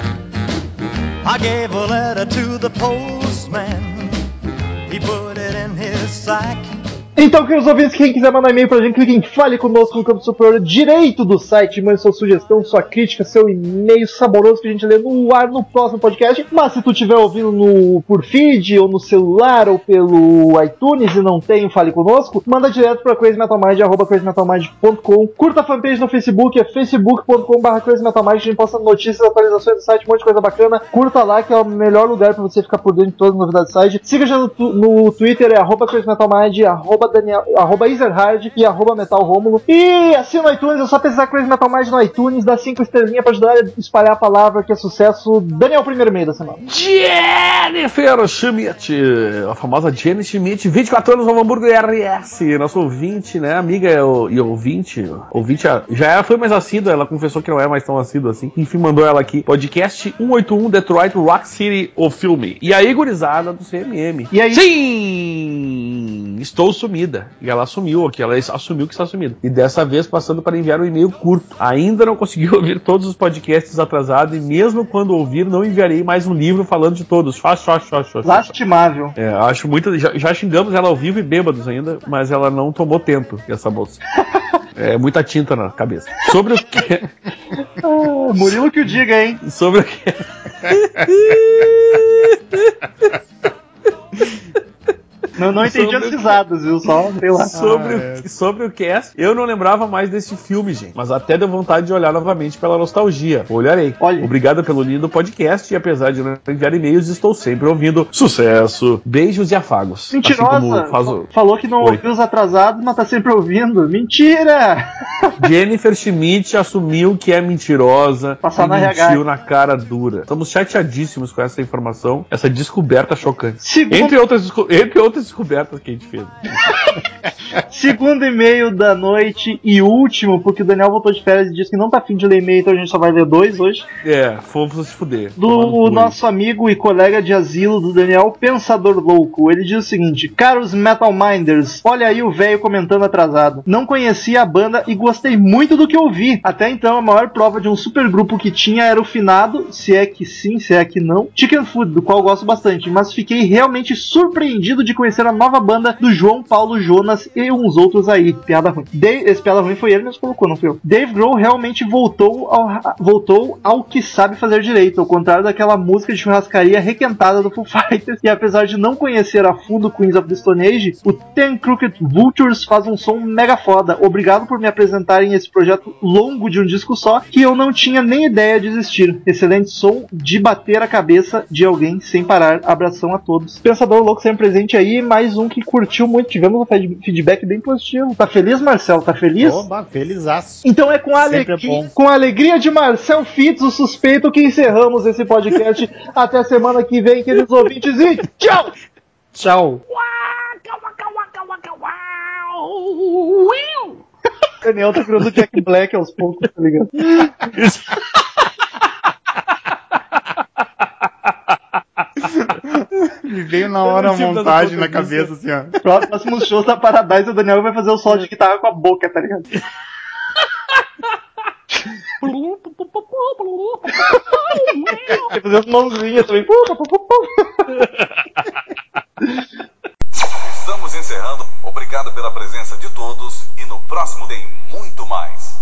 I gave a letter to the postman. He put it in his sack. Então, queridos ouvintes, quem quiser mandar e-mail pra gente, clique em Fale Conosco no campo superior direito do site, mande sua sugestão, sua crítica, seu e-mail saboroso que a gente lê no ar no próximo podcast. Mas se tu estiver ouvindo por feed, ou no celular, ou pelo iTunes e não tem o Fale Conosco, manda direto pra crazymetalmind, @crazymetalmind.com. Curta a fanpage no Facebook, é facebook.com/crazymetalmind, a gente posta notícias, atualizações do site, um monte de coisa bacana. Curta lá, que é o melhor lugar pra você ficar por dentro de todas as novidades do site. Siga já no Twitter, é @crazymetalmind, @Ezerhard e @MetalRomulo. E assina no iTunes, é só pesquisar Crazy Metal Mind no iTunes, dá 5 estrelinhas pra ajudar a espalhar a palavra, que é sucesso. Daniel, primeiro e-mail da semana. Jennifer Schmidt, a famosa Jenny Schmidt, 24 anos, Novo Hamburgo RS, nosso ouvinte, né, amiga e ouvinte, já foi mais assídua, ela confessou que não é mais tão assídua assim, enfim, mandou ela aqui, podcast 181 Detroit Rock City, o filme. E aí, gurizada do CMM? E aí? Sim! Estou sumida. E ela assumiu que está sumida. E dessa vez passando para enviar um e-mail curto. Ainda não consegui ouvir todos os podcasts atrasados e mesmo quando ouvir, não enviarei mais um livro falando de todos. Lastimável. Acho muito. Já xingamos ela ao vivo e bêbados ainda, mas ela não tomou tempo, essa moça. É muita tinta na cabeça. Sobre o que. Murilo que o diga, hein? Sobre o que. Não entendi as risadas, viu? Só, sei lá. Sobre o cast, eu não lembrava mais desse filme, gente. Mas até deu vontade de olhar novamente pela nostalgia. Olharei. Olha. Obrigado pelo lindo podcast e apesar de não enviar e-mails, estou sempre ouvindo. Sucesso! Beijos e afagos. Mentirosa! Assim Falou que não ouviu os atrasados, mas tá sempre ouvindo. Mentira! Jennifer Schmidt assumiu que é mentirosa. Passar e na mentiu RH. na cara dura. Estamos chateadíssimos com essa informação, essa descoberta chocante. Segundo... Entre outras descobertas que a gente fez. Segundo e-mail da noite e último, porque o Daniel voltou de férias e disse que não tá afim de ler e-mail, então a gente só vai ler 2 hoje. Fomos se fuder. Do nosso amigo e colega de asilo do Daniel, Pensador Louco. Ele diz o seguinte: caros Metal Minders, olha aí o velho comentando atrasado. Não conhecia a banda e gostei muito do que ouvi. Até então, a maior prova de um supergrupo que tinha era o finado, se é que sim, se é que não, Chicken Food, do qual gosto bastante, mas fiquei realmente surpreendido de conhecer a nova banda do João Paulo Jonas e uns outros aí. Piada ruim. Esse piada ruim foi ele mesmo que colocou, não foi eu. Dave Grohl realmente voltou ao que sabe fazer direito, ao contrário daquela música de churrascaria requentada do Foo Fighters, e apesar de não conhecer a fundo Queens of the Stone Age, o Ten Crooked Vultures faz um som mega foda. Obrigado por me apresentarem esse projeto longo de um disco só, que eu não tinha nem ideia de existir. Excelente som de bater a cabeça de alguém sem parar. Abração a todos. Pensador Louco sempre presente aí, mais um que curtiu muito. Tivemos um feedback bem positivo. Tá feliz, Marcel? Tá feliz? Oba, felizaço. Então é com a alegria de Marcel Fitz, o suspeito, que encerramos esse podcast. Até semana que vem, queridos ouvintes, e tchau! Tchau. Daniel tá criando Jack Black aos poucos, tá ligado? Me veio na hora a montagem na cabeça, assim, ó. Próximo show da Paradise, o Daniel vai fazer o solo de guitarra com a boca, tá ligado? Vai fazer as mãozinhas também. Estamos encerrando. Obrigado pela presença de todos e no próximo tem muito mais.